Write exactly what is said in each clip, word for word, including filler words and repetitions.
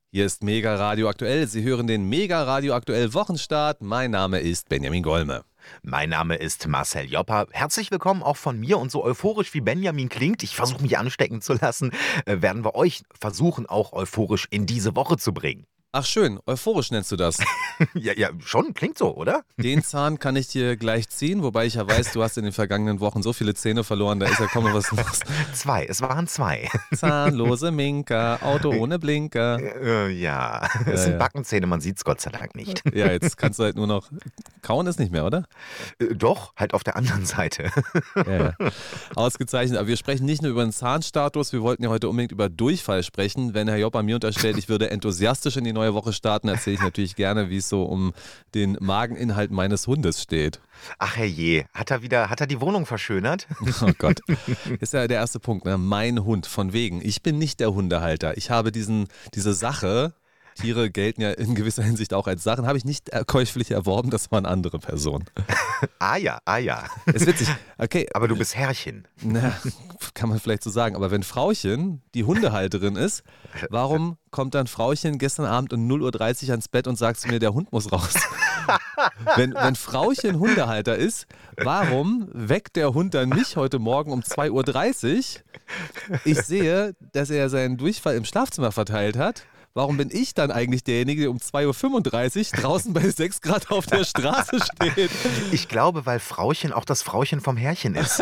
Hier ist Mega Radio Aktuell. Sie hören den Mega Radio Aktuell Wochenstart. Mein Name ist Benjamin Golme. Mein Name ist Marcel Joppa. Herzlich willkommen auch von mir. Und so euphorisch wie Benjamin klingt, ich versuche mich anstecken zu lassen, äh, werden wir euch versuchen, auch euphorisch in diese Woche zu bringen. Ach schön, euphorisch nennst du das. ja, ja, schon, klingt so, oder? Den Zahn kann ich dir gleich ziehen, wobei ich ja weiß, du hast in den vergangenen Wochen so viele Zähne verloren, da ist ja kaum noch was los. Zwei, es waren zwei. Zahnlose Minka, Auto ohne Blinker. Äh, ja, Ja, es sind ja. Backenzähne, man sieht es Gott sei Dank nicht. Ja, jetzt kannst du halt nur noch, kauen ist nicht mehr, oder? Äh, doch, halt auf der anderen Seite. Ja, ja. Ausgezeichnet, aber wir sprechen nicht nur über den Zahnstatus, wir wollten ja heute unbedingt über Durchfall sprechen. Wenn Herr Joppa mir unterstellt, ich würde enthusiastisch in die neue Woche starten, erzähle ich natürlich gerne, wie es so um den Mageninhalt meines Hundes steht. Ach herrje, hat er wieder, hat er die Wohnung verschönert? Oh Gott, ist ja der erste Punkt, ne? Mein Hund, von wegen. Ich bin nicht der Hundehalter. Ich habe diesen, diese Sache, Tiere gelten ja in gewisser Hinsicht auch als Sachen, habe ich nicht käuflich erworben, das waren andere Personen. ah ja, ah ja. Ist witzig. Okay. Aber du bist Herrchen. Na, kann man vielleicht so sagen. Aber wenn Frauchen die Hundehalterin ist, warum kommt dann Frauchen gestern Abend um null Uhr dreißig ans Bett und sagt zu mir, der Hund muss raus? Wenn, wenn Frauchen Hundehalter ist, warum weckt der Hund dann mich heute Morgen um zwei Uhr dreißig? Ich sehe, dass er seinen Durchfall im Schlafzimmer verteilt hat. Warum bin ich dann eigentlich derjenige, der um zwei Uhr fünfunddreißig draußen bei sechs Grad auf der Straße steht? Ich glaube, weil Frauchen auch das Frauchen vom Herrchen ist.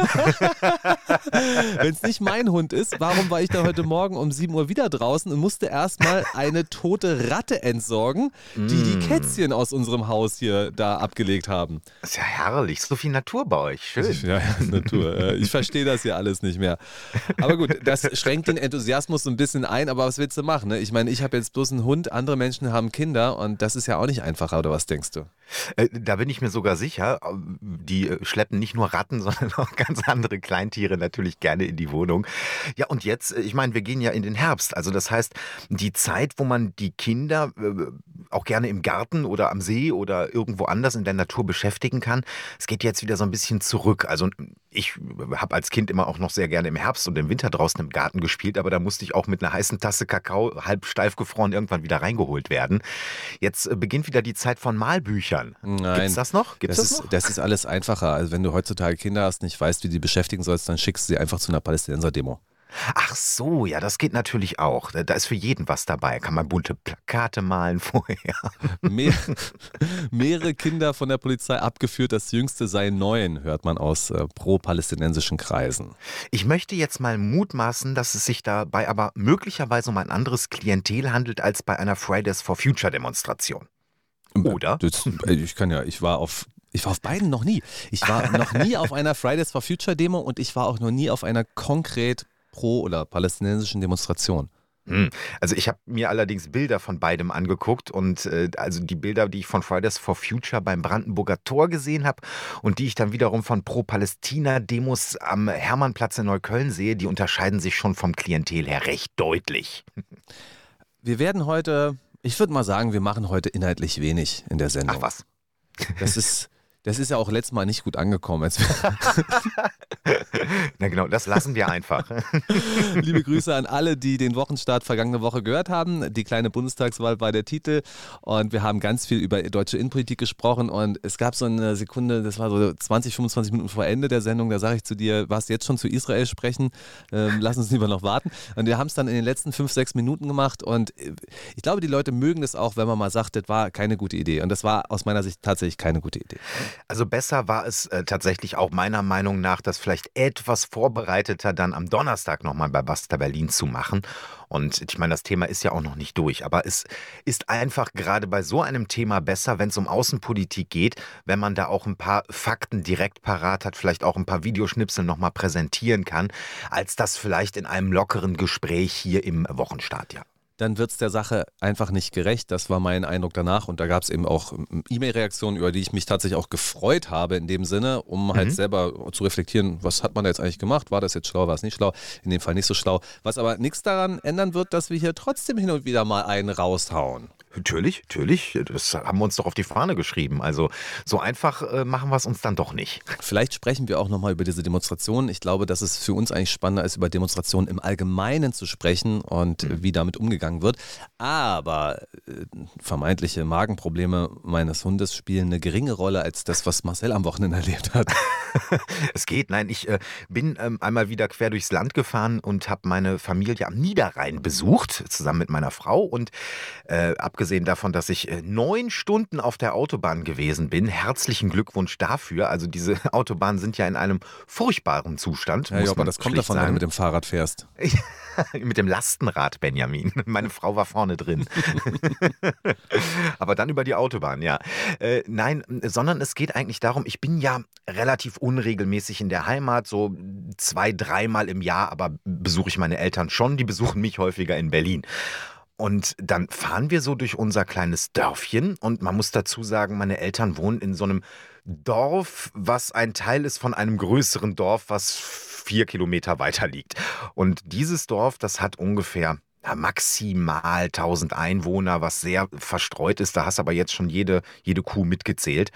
Wenn es nicht mein Hund ist, warum war ich dann heute Morgen um sieben Uhr wieder draußen und musste erstmal eine tote Ratte entsorgen, die die Kätzchen aus unserem Haus hier da abgelegt haben? Das ist ja herrlich, so viel Natur bei euch, schön. Ja, ja, Natur. Ich verstehe das ja alles nicht mehr. Aber gut, das schränkt den Enthusiasmus so ein bisschen ein, aber was willst du machen? Ne? Ich meine, ich habe jetzt bloß einen Hund, andere Menschen haben Kinder und das ist ja auch nicht einfacher, oder was denkst du? Äh, da bin ich mir sogar sicher, die äh, schleppen nicht nur Ratten, sondern auch ganz andere Kleintiere natürlich gerne in die Wohnung. Ja, und jetzt, äh, ich meine, wir gehen ja in den Herbst, also das heißt, die Zeit, wo man die Kinder äh, auch gerne im Garten oder am See oder irgendwo anders in der Natur beschäftigen kann, es geht jetzt wieder so ein bisschen zurück. Also ich habe als Kind immer auch noch sehr gerne im Herbst und im Winter draußen im Garten gespielt, aber da musste ich auch mit einer heißen Tasse Kakao, halb steif gefroren, irgendwann wieder reingeholt werden. Jetzt äh, beginnt wieder die Zeit von Malbüchern. Nein. Gibt's das noch? Gibt's das, das ist, noch? das ist alles einfacher. Also wenn du heutzutage Kinder hast, nicht weißt, wie du die beschäftigen sollst, dann schickst du sie einfach zu einer Palästinenser-Demo. Ach so, ja, das geht natürlich auch. Da ist für jeden was dabei. Kann man bunte Plakate malen vorher. Mehr, mehrere Kinder von der Polizei abgeführt, das jüngste sei neun, hört man aus äh, pro-palästinensischen Kreisen. Ich möchte jetzt mal mutmaßen, dass es sich dabei aber möglicherweise um ein anderes Klientel handelt als bei einer Fridays for Future Demonstration. Oder? Das, ich kann ja, ich war auf Ich war auf beiden noch nie. Ich war noch nie auf einer Fridays for Future Demo und ich war auch noch nie auf einer konkret pro- oder palästinensischen Demonstration. Hm. Also ich habe mir allerdings Bilder von beidem angeguckt und äh, also die Bilder, die ich von Fridays for Future beim Brandenburger Tor gesehen habe und die ich dann wiederum von Pro-Palästina-Demos am Hermannplatz in Neukölln sehe, die unterscheiden sich schon vom Klientel her recht deutlich. Wir werden heute, ich würde mal sagen, wir machen heute inhaltlich wenig in der Sendung. Ach was. Das ist, das ist ja auch letztes Mal nicht gut angekommen. Als Na genau, das lassen wir einfach. Liebe Grüße an alle, die den Wochenstart vergangene Woche gehört haben. Die kleine Bundestagswahl war der Titel und wir haben ganz viel über deutsche Innenpolitik gesprochen und es gab so eine Sekunde, das war so zwanzig, fünfundzwanzig Minuten vor Ende der Sendung, da sage ich zu dir, warst du jetzt schon zu Israel sprechen? Ähm, lass uns lieber noch warten. Und wir haben es dann in den letzten fünf, sechs Minuten gemacht und ich glaube, die Leute mögen es auch, wenn man mal sagt, das war keine gute Idee und das war aus meiner Sicht tatsächlich keine gute Idee. Also besser war es äh, tatsächlich auch meiner Meinung nach, das vielleicht etwas vorbereiteter dann am Donnerstag nochmal bei Basta Berlin zu machen. Und ich meine, das Thema ist ja auch noch nicht durch, aber es ist einfach gerade bei so einem Thema besser, wenn es um Außenpolitik geht, wenn man da auch ein paar Fakten direkt parat hat, vielleicht auch ein paar Videoschnipsel nochmal präsentieren kann, als das vielleicht in einem lockeren Gespräch hier im Wochenstart, ja. Dann wird es der Sache einfach nicht gerecht. Das war mein Eindruck danach. Und da gab es eben auch E-Mail-Reaktionen, über die ich mich tatsächlich auch gefreut habe in dem Sinne, um mhm. halt selber zu reflektieren, was hat man da jetzt eigentlich gemacht? War das jetzt schlau, war es nicht schlau? In dem Fall nicht so schlau. Was aber nichts daran ändern wird, dass wir hier trotzdem hin und wieder mal einen raushauen. Natürlich, natürlich. Das haben wir uns doch auf die Fahne geschrieben. Also so einfach äh, machen wir es uns dann doch nicht. Vielleicht sprechen wir auch nochmal über diese Demonstrationen. Ich glaube, dass es für uns eigentlich spannender ist, über Demonstrationen im Allgemeinen zu sprechen und mhm. wie damit umgegangen wird. Aber äh, vermeintliche Magenprobleme meines Hundes spielen eine geringe Rolle als das, was Marcel am Wochenende erlebt hat. Es geht, nein, ich äh, bin ähm, einmal wieder quer durchs Land gefahren und habe meine Familie am Niederrhein besucht, zusammen mit meiner Frau. Und äh, abgesehen davon, dass ich äh, neun Stunden auf der Autobahn gewesen bin, herzlichen Glückwunsch dafür. Also diese Autobahnen sind ja in einem furchtbaren Zustand. Ja, ja, aber das kommt davon, wenn du mit dem Fahrrad fährst. Mit dem Lastenrad, Benjamin. Meine Frau war vorne drin. Aber dann über die Autobahn, ja. Äh, nein, sondern es geht eigentlich darum, ich bin ja relativ unregelmäßig in der Heimat, so zwei, dreimal im Jahr, aber besuche ich meine Eltern schon, die besuchen mich häufiger in Berlin. Und dann fahren wir so durch unser kleines Dörfchen und man muss dazu sagen, meine Eltern wohnen in so einem Dorf, was ein Teil ist von einem größeren Dorf, was vier Kilometer weiter liegt. Und dieses Dorf, das hat ungefähr ja, maximal tausend Einwohner, was sehr verstreut ist. Da hast aber jetzt schon jede, jede Kuh mitgezählt.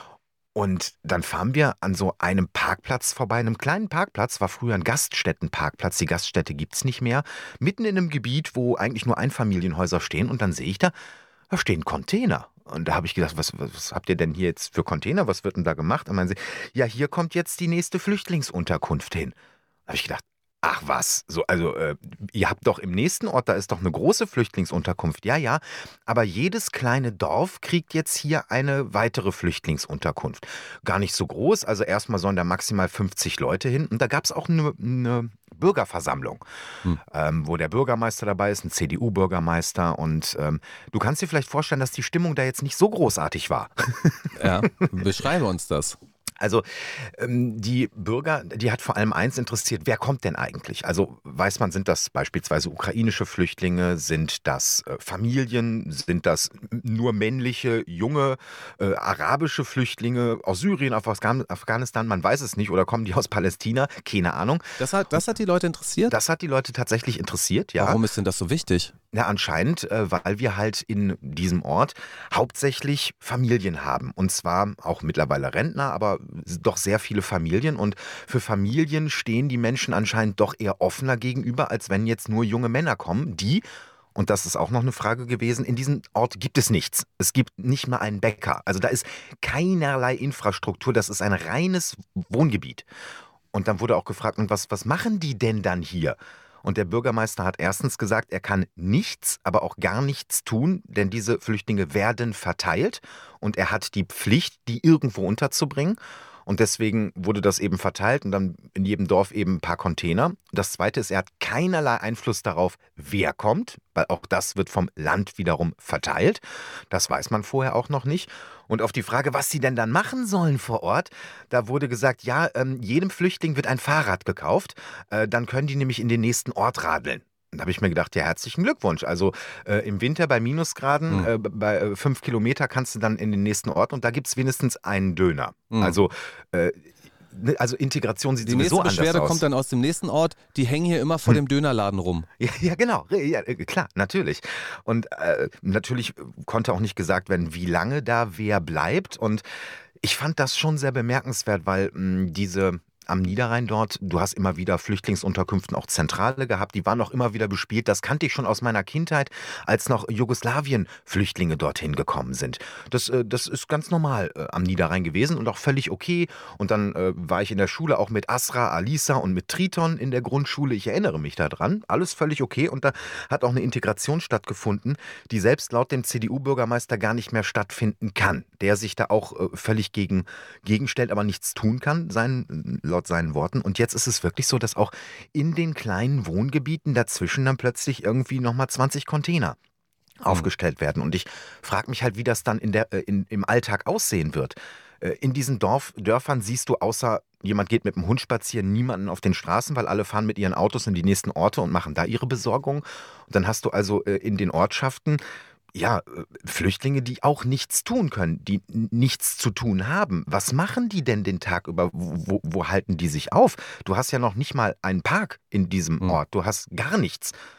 Und dann fahren wir an so einem Parkplatz vorbei, einem kleinen Parkplatz, war früher ein Gaststättenparkplatz, die Gaststätte gibt es nicht mehr, mitten in einem Gebiet, wo eigentlich nur Einfamilienhäuser stehen und dann sehe ich da, da stehen Container. Und da habe ich gedacht, was, was habt ihr denn hier jetzt für Container, was wird denn da gemacht? Und dann meinen sie, ja, hier kommt jetzt die nächste Flüchtlingsunterkunft hin. Da habe ich gedacht, ach was, so, also äh, ihr habt doch im nächsten Ort, da ist doch eine große Flüchtlingsunterkunft. Ja, ja, aber jedes kleine Dorf kriegt jetzt hier eine weitere Flüchtlingsunterkunft. Gar nicht so groß, also erstmal sollen da maximal fünfzig Leute hin. Und da gab es auch eine, eine Bürgerversammlung, hm. ähm, wo der Bürgermeister dabei ist, ein C D U-Bürgermeister. Und ähm, du kannst dir vielleicht vorstellen, dass die Stimmung da jetzt nicht so großartig war. Ja, beschreibe uns das. Also ähm, die Bürger, die hat vor allem eins interessiert, wer kommt denn eigentlich? Also weiß man, sind das beispielsweise ukrainische Flüchtlinge, sind das äh, Familien, sind das nur männliche, junge, äh, arabische Flüchtlinge aus Syrien, aus Afghanistan, man weiß es nicht, oder kommen die aus Palästina, keine Ahnung. Das hat, das hat die Leute interessiert? Das hat die Leute tatsächlich interessiert, ja. Warum ist denn das so wichtig? Na, anscheinend, äh, weil wir halt in diesem Ort hauptsächlich Familien haben. Und zwar auch mittlerweile Rentner, aber doch sehr viele Familien. Und für Familien stehen die Menschen anscheinend doch eher offener gegenüber, als wenn jetzt nur junge Männer kommen, die, und das ist auch noch eine Frage gewesen, in diesem Ort gibt es nichts. Es gibt nicht mal einen Bäcker. Also da ist keinerlei Infrastruktur. Das ist ein reines Wohngebiet. Und dann wurde auch gefragt, und was, was machen die denn dann hier? Und der Bürgermeister hat erstens gesagt, er kann nichts, aber auch gar nichts tun, denn diese Flüchtlinge werden verteilt und er hat die Pflicht, die irgendwo unterzubringen. Und deswegen wurde das eben verteilt und dann in jedem Dorf eben ein paar Container. Das Zweite ist, er hat keinerlei Einfluss darauf, wer kommt, weil auch das wird vom Land wiederum verteilt. Das weiß man vorher auch noch nicht. Und auf die Frage, was sie denn dann machen sollen vor Ort, da wurde gesagt, ja, ähm, jedem Flüchtling wird ein Fahrrad gekauft, äh, dann können die nämlich in den nächsten Ort radeln. Da habe ich mir gedacht, ja, herzlichen Glückwunsch. Also äh, im Winter bei Minusgraden, mhm. äh, bei äh, fünf Kilometer kannst du dann in den nächsten Ort und da gibt es wenigstens einen Döner. Mhm. Also äh, Also Integration sieht die sowieso anders aus. Die nächste Beschwerde kommt dann aus dem nächsten Ort, die hängen hier immer vor hm. dem Dönerladen rum. Ja, ja genau, ja, klar, natürlich. Und äh, natürlich konnte auch nicht gesagt werden, wie lange da wer bleibt. Und ich fand das schon sehr bemerkenswert, weil mh, diese... am Niederrhein dort, du hast immer wieder Flüchtlingsunterkünften, auch Zentrale gehabt, die waren auch immer wieder bespielt. Das kannte ich schon aus meiner Kindheit, als noch Jugoslawien-Flüchtlinge dorthin gekommen sind. Das, äh, das ist ganz normal äh, am Niederrhein gewesen und auch völlig okay. Und dann äh, war ich in der Schule auch mit Asra, Alisa und mit Triton in der Grundschule. Ich erinnere mich daran. Alles völlig okay. Und da hat auch eine Integration stattgefunden, die selbst laut dem C D U-Bürgermeister gar nicht mehr stattfinden kann. Der sich da auch äh, völlig gegen, gegenstellt, aber nichts tun kann, sein, laut seinen Worten. Und jetzt ist es wirklich so, dass auch in den kleinen Wohngebieten dazwischen dann plötzlich irgendwie nochmal zwanzig Container mhm. aufgestellt werden. Und ich frage mich halt, wie das dann in der, in, im Alltag aussehen wird. In diesen Dorf, Dörfern siehst du außer jemand geht mit dem Hund spazieren, niemanden auf den Straßen, weil alle fahren mit ihren Autos in die nächsten Orte und machen da ihre Besorgung. Und dann hast du also in den Ortschaften ja, Flüchtlinge, die auch nichts tun können, die nichts zu tun haben. Was machen die denn den Tag über? Wo, wo halten die sich auf? Du hast ja noch nicht mal einen Park in diesem Ort. Du hast gar nichts.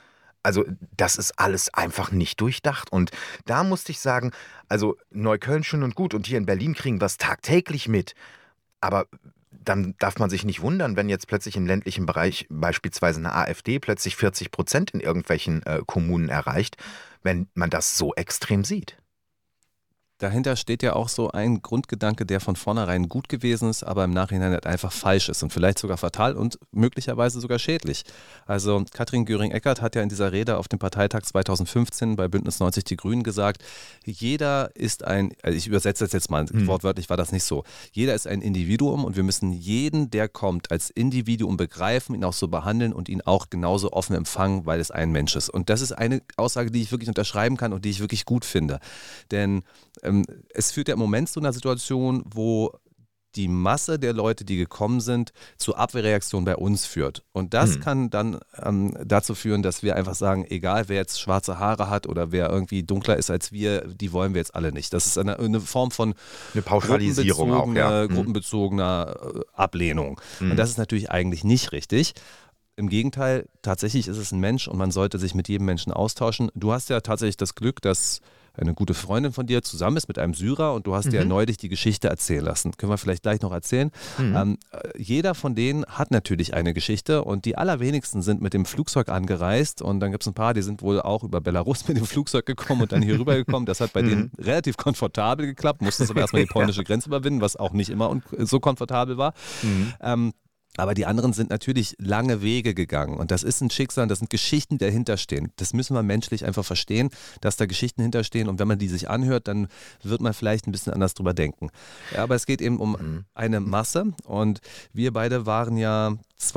Also das ist alles einfach nicht durchdacht. Und da musste ich sagen, also Neukölln schön und gut und hier in Berlin kriegen wir es tagtäglich mit. Aber dann darf man sich nicht wundern, wenn jetzt plötzlich im ländlichen Bereich beispielsweise eine AfD plötzlich vierzig Prozent in irgendwelchen äh, Kommunen erreicht, wenn man das so extrem sieht. Dahinter steht ja auch so ein Grundgedanke, der von vornherein gut gewesen ist, aber im Nachhinein halt einfach falsch ist und vielleicht sogar fatal und möglicherweise sogar schädlich. Also Katrin Göring-Eckardt hat ja in dieser Rede auf dem Parteitag zweitausendfünfzehn bei Bündnis neunzig Die Grünen gesagt, jeder ist ein, also ich übersetze das jetzt mal, hm. wortwörtlich war das nicht so, jeder ist ein Individuum und wir müssen jeden, der kommt, als Individuum begreifen, ihn auch so behandeln und ihn auch genauso offen empfangen, weil es ein Mensch ist. Und das ist eine Aussage, die ich wirklich unterschreiben kann und die ich wirklich gut finde. Denn es führt ja im Moment zu einer Situation, wo die Masse der Leute, die gekommen sind, zu Abwehrreaktionen bei uns führt. Und das hm. kann dann ähm, dazu führen, dass wir einfach sagen, egal wer jetzt schwarze Haare hat oder wer irgendwie dunkler ist als wir, die wollen wir jetzt alle nicht. Das ist eine, eine Form von eine Pauschalisierung auch, ja. hm. gruppenbezogener äh, Ablehnung. Hm. Und das ist natürlich eigentlich nicht richtig. Im Gegenteil, tatsächlich ist es ein Mensch und man sollte sich mit jedem Menschen austauschen. Du hast ja tatsächlich das Glück, dass eine gute Freundin von dir zusammen ist mit einem Syrer und du hast mhm. dir neulich die Geschichte erzählen lassen. Können wir vielleicht gleich noch erzählen. Mhm. Ähm, jeder von denen hat natürlich eine Geschichte und die allerwenigsten sind mit dem Flugzeug angereist und dann gibt es ein paar, die sind wohl auch über Belarus mit dem Flugzeug gekommen und dann hier rüber gekommen. Das hat bei mhm. denen relativ komfortabel geklappt, mussten aber erstmal die polnische Grenze überwinden, was auch nicht immer so komfortabel war. Mhm. Ähm, Aber die anderen sind natürlich lange Wege gegangen und das ist ein Schicksal, das sind Geschichten, die dahinter stehen. Das müssen wir menschlich einfach verstehen, dass da Geschichten hinterstehen und wenn man die sich anhört, dann wird man vielleicht ein bisschen anders drüber denken. Ja, aber es geht eben um mhm. eine Masse und wir beide waren ja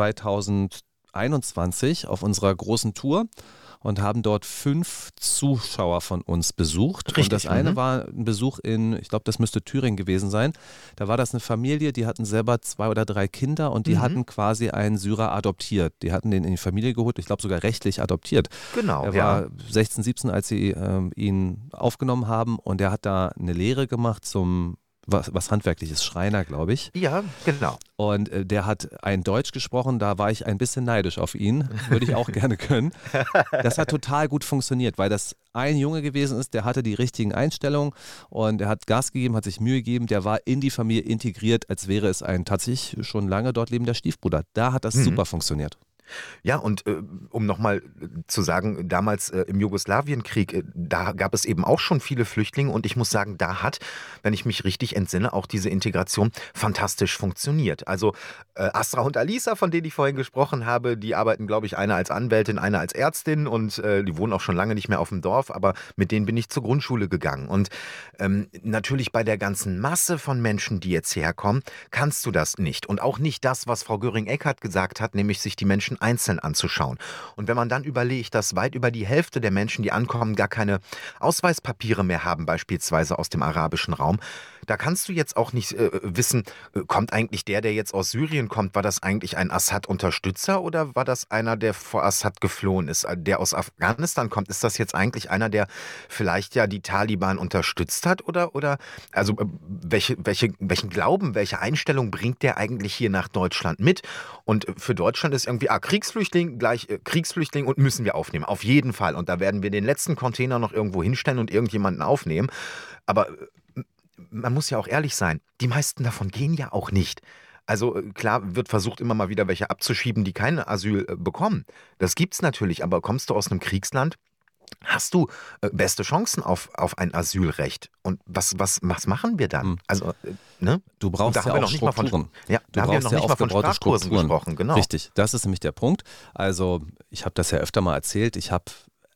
zweitausendeinundzwanzig auf unserer großen Tour und haben dort fünf Zuschauer von uns besucht. Richtig, und das eine mhm. war ein Besuch in, ich glaube, das müsste Thüringen gewesen sein. Da war das eine Familie, die hatten selber zwei oder drei Kinder und die mhm. hatten quasi einen Syrer adoptiert. Die hatten den in die Familie geholt, ich glaube sogar rechtlich adoptiert. Genau, Er war ja. sechzehn, siebzehn, als sie ähm, ihn aufgenommen haben und der hat da eine Lehre gemacht zum Was, was handwerkliches, Schreiner, glaube ich. Ja, genau. Und äh, der hat ein Deutsch gesprochen, da war ich ein bisschen neidisch auf ihn, würde ich auch gerne können. Das hat total gut funktioniert, weil das ein Junge gewesen ist, der hatte die richtigen Einstellungen und er hat Gas gegeben, hat sich Mühe gegeben, der war in die Familie integriert, als wäre es ein tatsächlich schon lange dort lebender Stiefbruder. Da hat das mhm. super funktioniert. Ja, und äh, um nochmal zu sagen, damals äh, im Jugoslawienkrieg, äh, da gab es eben auch schon viele Flüchtlinge und ich muss sagen, da hat, wenn ich mich richtig entsinne, auch diese Integration fantastisch funktioniert. Also äh, Astra und Alisa, von denen ich vorhin gesprochen habe, die arbeiten, glaube ich, eine als Anwältin, eine als Ärztin und äh, die wohnen auch schon lange nicht mehr auf dem Dorf, aber mit denen bin ich zur Grundschule gegangen. Und ähm, natürlich bei der ganzen Masse von Menschen, die jetzt herkommen, kannst du das nicht. Und auch nicht das, was Frau Göring-Eckardt gesagt hat, nämlich sich die Menschen einzeln anzuschauen. Und wenn man dann überlegt, dass weit über die Hälfte der Menschen, die ankommen, gar keine Ausweispapiere mehr haben, beispielsweise aus dem arabischen Raum, da kannst du jetzt auch nicht äh, wissen, äh, kommt eigentlich der, der jetzt aus Syrien kommt, war das eigentlich ein Assad-Unterstützer oder war das einer, der vor Assad geflohen ist? Der aus Afghanistan kommt, ist das jetzt eigentlich einer, der vielleicht ja die Taliban unterstützt hat? Oder, oder also äh, welche, welche, welchen Glauben, welche Einstellung bringt der eigentlich hier nach Deutschland mit? Und für Deutschland ist irgendwie, ah, Kriegsflüchtling gleich äh, Kriegsflüchtling und müssen wir aufnehmen, auf jeden Fall. Und da werden wir den letzten Container noch irgendwo hinstellen und irgendjemanden aufnehmen. Aber äh, man muss ja auch ehrlich sein, die meisten davon gehen ja auch nicht. Also klar wird versucht, immer mal wieder welche abzuschieben, die kein Asyl äh, bekommen. Das gibt's natürlich, aber kommst du aus einem Kriegsland, hast du äh, beste Chancen auf, auf ein Asylrecht. Und was, was, was machen wir dann? Mhm. Also, äh, ne? Du brauchst ja auch Strukturen. Von, ja, du da haben wir noch ja nicht mal von Sprachkursen Strukturen. gesprochen. Genau. Richtig, das ist nämlich der Punkt. Also ich habe das ja öfter mal erzählt, ich habe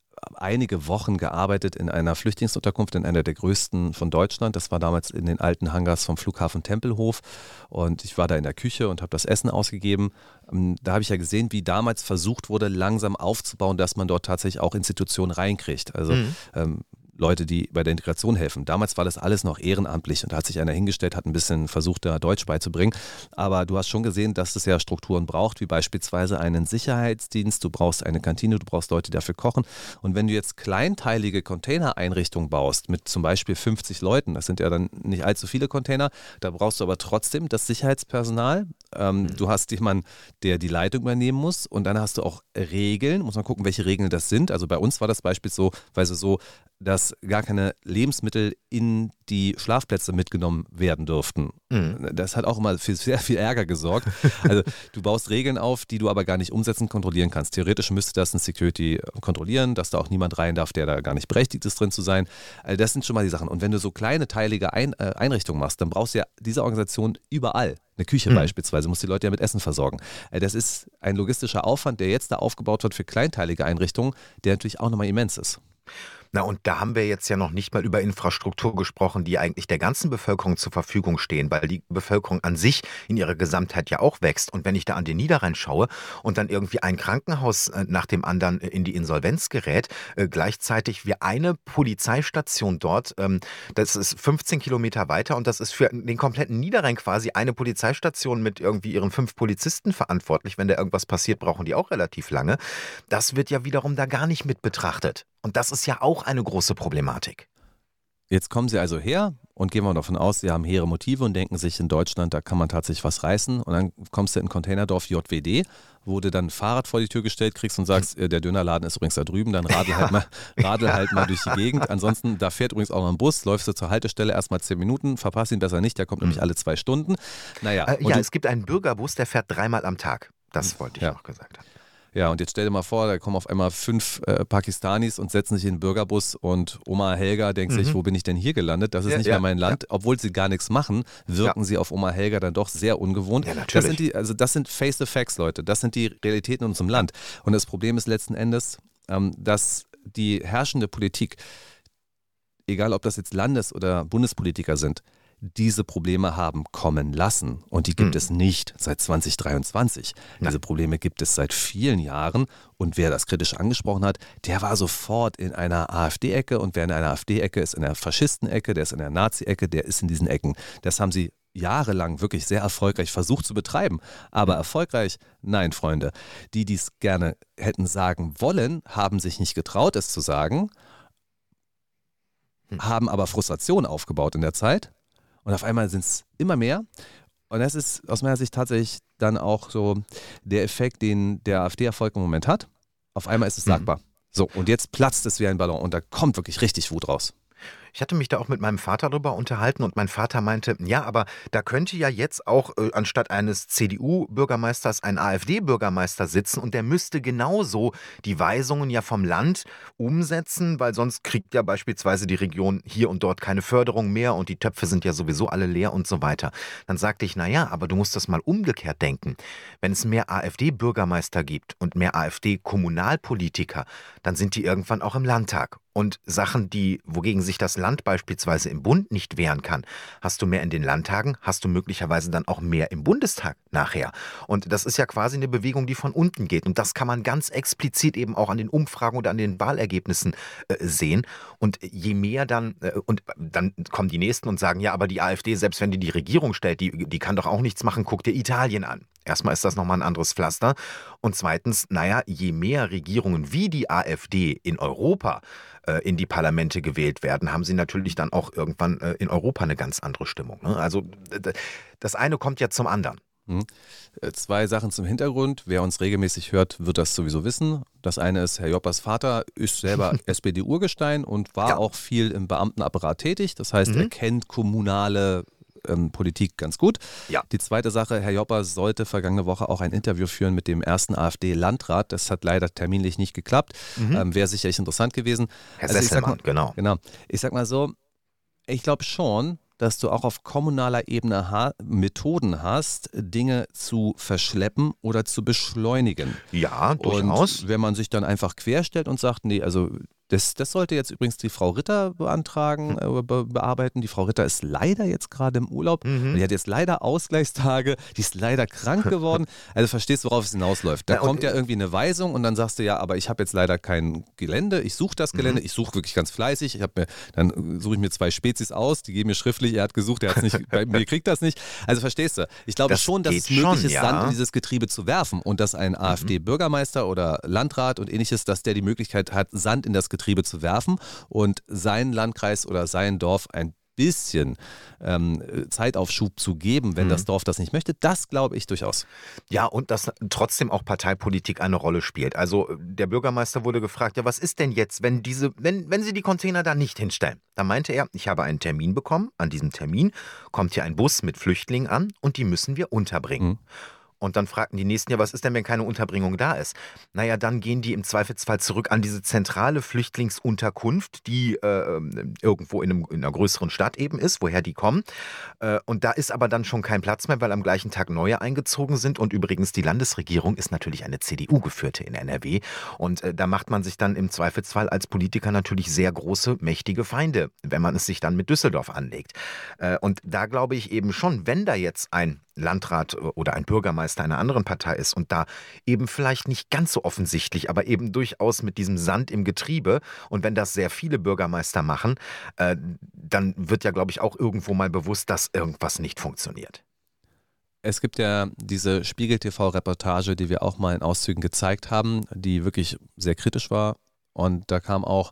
einige Wochen gearbeitet in einer Flüchtlingsunterkunft, in einer der größten von Deutschland. Das war damals in den alten Hangars vom Flughafen Tempelhof und ich war da in der Küche und habe das Essen ausgegeben. Da habe ich ja gesehen, wie damals versucht wurde, langsam aufzubauen, dass man dort tatsächlich auch Institutionen reinkriegt. Also mhm. ähm, Leute, die bei der Integration helfen. Damals war das alles noch ehrenamtlich und da hat sich einer hingestellt, hat ein bisschen versucht, da Deutsch beizubringen. Aber du hast schon gesehen, dass es ja Strukturen braucht, wie beispielsweise einen Sicherheitsdienst, du brauchst eine Kantine, du brauchst Leute, die dafür kochen. Und wenn du jetzt kleinteilige Containereinrichtungen baust, mit zum Beispiel fünfzig Leuten, das sind ja dann nicht allzu viele Container, da brauchst du aber trotzdem das Sicherheitspersonal, Ähm, Mhm. Du hast jemanden, der die Leitung übernehmen muss und dann hast du auch Regeln, muss man gucken, welche Regeln das sind. Also bei uns war das beispielsweise so, dass gar keine Lebensmittel in die Schlafplätze mitgenommen werden dürften. Mhm. Das hat auch immer für sehr viel Ärger gesorgt. Also du baust Regeln auf, die du aber gar nicht umsetzen, kontrollieren kannst. Theoretisch müsste das ein Security kontrollieren, dass da auch niemand rein darf, der da gar nicht berechtigt ist, drin zu sein. Also das sind schon mal die Sachen. Und wenn du so kleine, teilige Ein äh, Einrichtungen machst, dann brauchst du ja diese Organisation überall. Eine Küche Mhm. beispielsweise, musst die Leute ja mit Essen versorgen. Äh, Das ist ein logistischer Aufwand, der jetzt da aufgebaut wird für kleinteilige Einrichtungen, der natürlich auch nochmal immens ist. Na, und da haben wir jetzt ja noch nicht mal über Infrastruktur gesprochen, die eigentlich der ganzen Bevölkerung zur Verfügung stehen, weil die Bevölkerung an sich in ihrer Gesamtheit ja auch wächst. Und wenn ich da an den Niederrhein schaue und dann irgendwie ein Krankenhaus äh, nach dem anderen in die Insolvenz gerät, äh, gleichzeitig wir eine Polizeistation dort, ähm, das ist fünfzehn Kilometer weiter und das ist für den kompletten Niederrhein quasi eine Polizeistation mit irgendwie ihren fünf Polizisten verantwortlich. Wenn da irgendwas passiert, brauchen die auch relativ lange. Das wird ja wiederum da gar nicht mit betrachtet. Und das ist ja auch eine große Problematik. Jetzt kommen sie also her und gehen wir davon aus, sie haben hehre Motive und denken sich, in Deutschland, da kann man tatsächlich was reißen. Und dann kommst du in Containerdorf J W D, wo du dann ein Fahrrad vor die Tür gestellt kriegst und sagst, äh, der Dönerladen ist übrigens da drüben, dann radel halt mal, radel halt mal durch die Gegend. Ansonsten, da fährt übrigens auch noch ein Bus, läufst du zur Haltestelle erstmal zehn Minuten, verpasst ihn besser nicht, der kommt nämlich alle zwei Stunden. Naja, Äh, und ja, du, es gibt einen Bürgerbus, der fährt dreimal am Tag. Das wollte ich Ja. noch gesagt haben. Ja, und jetzt stell dir mal vor, da kommen auf einmal fünf äh, Pakistanis und setzen sich in den Bürgerbus und Oma Helga denkt sich, Mhm. wo bin ich denn hier gelandet? Das ist Ja, nicht ja, mehr mein Land. Obwohl sie gar nichts machen, wirken sie auf Oma Helga dann doch sehr ungewohnt. Ja, natürlich. Das sind die, also das sind Face the Facts, Leute. Das sind die Realitäten in unserem Land. Und das Problem ist letzten Endes, ähm, dass die herrschende Politik, egal ob das jetzt Landes- oder Bundespolitiker sind, diese Probleme haben kommen lassen. Und die gibt Hm. es nicht seit zwanzig dreiundzwanzig. Nein. Diese Probleme gibt es seit vielen Jahren. Und wer das kritisch angesprochen hat, der war sofort in einer AfD-Ecke. Und wer in einer AfD-Ecke ist, in der Faschisten-Ecke, der ist in der Nazi-Ecke, der ist in diesen Ecken. Das haben sie jahrelang wirklich sehr erfolgreich versucht zu betreiben. Aber erfolgreich? Nein, Freunde. Die, die es gerne hätten sagen wollen, haben sich nicht getraut, es zu sagen, Hm. haben aber Frustration aufgebaut in der Zeit. Und auf einmal sind es immer mehr. Und das ist aus meiner Sicht tatsächlich dann auch so der Effekt, den der AfD-Erfolg im Moment hat. Auf einmal ist es Mhm. sagbar. So, und jetzt platzt es wie ein Ballon und da kommt wirklich richtig Wut raus. Ich hatte mich da auch mit meinem Vater drüber unterhalten und mein Vater meinte, ja, aber da könnte ja jetzt auch äh, anstatt eines C D U-Bürgermeisters ein AfD-Bürgermeister sitzen und der müsste genauso die Weisungen ja vom Land umsetzen, weil sonst kriegt ja beispielsweise die Region hier und dort keine Förderung mehr und die Töpfe sind ja sowieso alle leer und so weiter. Dann sagte ich, naja, aber du musst das mal umgekehrt denken. Wenn es mehr AfD-Bürgermeister gibt und mehr AfD-Kommunalpolitiker, dann sind die irgendwann auch im Landtag. Und Sachen, die, wogegen sich das Land beispielsweise im Bund nicht wehren kann, hast du mehr in den Landtagen, hast du möglicherweise dann auch mehr im Bundestag nachher. Und das ist ja quasi eine Bewegung, die von unten geht. Und das kann man ganz explizit eben auch an den Umfragen oder an den Wahlergebnissen äh, sehen. Und je mehr dann, äh, und dann kommen die Nächsten und sagen, ja, aber die AfD, selbst wenn die die Regierung stellt, die, die kann doch auch nichts machen, guck dir Italien an. Erstmal ist das nochmal ein anderes Pflaster. Und zweitens, naja, je mehr Regierungen wie die AfD in Europa äh, in die Parlamente gewählt werden, haben sie natürlich dann auch irgendwann äh, in Europa eine ganz andere Stimmung. Ne? Also d- das eine kommt ja zum anderen. Hm. Äh, Zwei Sachen zum Hintergrund. Wer uns regelmäßig hört, wird das sowieso wissen. Das eine ist, Herr Joppers Vater ist selber S P D-Urgestein und war Ja. auch viel im Beamtenapparat tätig. Das heißt, Mhm. er kennt kommunale ähm, Politik ganz gut. Ja. Die zweite Sache, Herr Jopper sollte vergangene Woche auch ein Interview führen mit dem ersten AfD-Landrat. Das hat leider terminlich nicht geklappt. Mhm. Ähm, Wäre sicherlich interessant gewesen. Herr Also ich sag Sesselmann, mal- genau. Genau. Ich sag mal so, ich glaube schon, dass du auch auf kommunaler Ebene ha- Methoden hast, Dinge zu verschleppen oder zu beschleunigen. Ja, durchaus. Und wenn man sich dann einfach querstellt und sagt, nee, also das, das sollte jetzt übrigens die Frau Ritter beantragen, äh, be bearbeiten. Die Frau Ritter ist leider jetzt gerade im Urlaub. Mhm. Die hat jetzt leider Ausgleichstage. Die ist leider krank geworden. Also verstehst du, worauf es hinausläuft. Da Ja, und- kommt ja irgendwie eine Weisung und dann sagst du, ja, aber ich habe jetzt leider kein Gelände. Ich suche das Gelände. Ich suche wirklich ganz fleißig. Ich habe mir, dann suche ich mir zwei Spezies aus. Die geben mir schriftlich. Er hat gesucht, er hat es nicht, bei mir kriegt das nicht. Also verstehst du? Ich glaube Das schon, dass geht es möglich schon, ist, ja. Sand in dieses Getriebe zu werfen und dass ein AfD-Bürgermeister oder Landrat und ähnliches, dass der die Möglichkeit hat, Sand in das Getriebe zu werfen und seinen Landkreis oder sein Dorf ein bisschen ähm, Zeitaufschub zu geben, wenn Mhm. das Dorf das nicht möchte, das glaube ich durchaus. Ja, und dass trotzdem auch Parteipolitik eine Rolle spielt. Also der Bürgermeister wurde gefragt, ja, was ist denn jetzt, wenn diese, wenn, wenn Sie die Container da nicht hinstellen? Da meinte er, ich habe einen Termin bekommen. An diesem Termin kommt hier ein Bus mit Flüchtlingen an und die müssen wir unterbringen. Mhm. Und dann fragten die Nächsten, ja, was ist denn, wenn keine Unterbringung da ist? Naja, dann gehen die im Zweifelsfall zurück an diese zentrale Flüchtlingsunterkunft, die äh, irgendwo in, einem, in einer größeren Stadt eben ist, woher die kommen. Äh, und da ist aber dann schon kein Platz mehr, weil am gleichen Tag neue eingezogen sind. Und übrigens, die Landesregierung ist natürlich eine C D U-geführte in N R W. Und äh, da macht man sich dann im Zweifelsfall als Politiker natürlich sehr große, mächtige Feinde, wenn man es sich dann mit Düsseldorf anlegt. Äh, und da glaube ich eben schon, wenn da jetzt ein Landrat oder ein Bürgermeister einer anderen Partei ist und da eben vielleicht nicht ganz so offensichtlich, aber eben durchaus mit diesem Sand im Getriebe, und wenn das sehr viele Bürgermeister machen, äh, dann wird ja, glaube ich, auch irgendwo mal bewusst, dass irgendwas nicht funktioniert. Es gibt ja diese Spiegel-T V-Reportage, die wir auch mal in Auszügen gezeigt haben, die wirklich sehr kritisch war, und da kam auch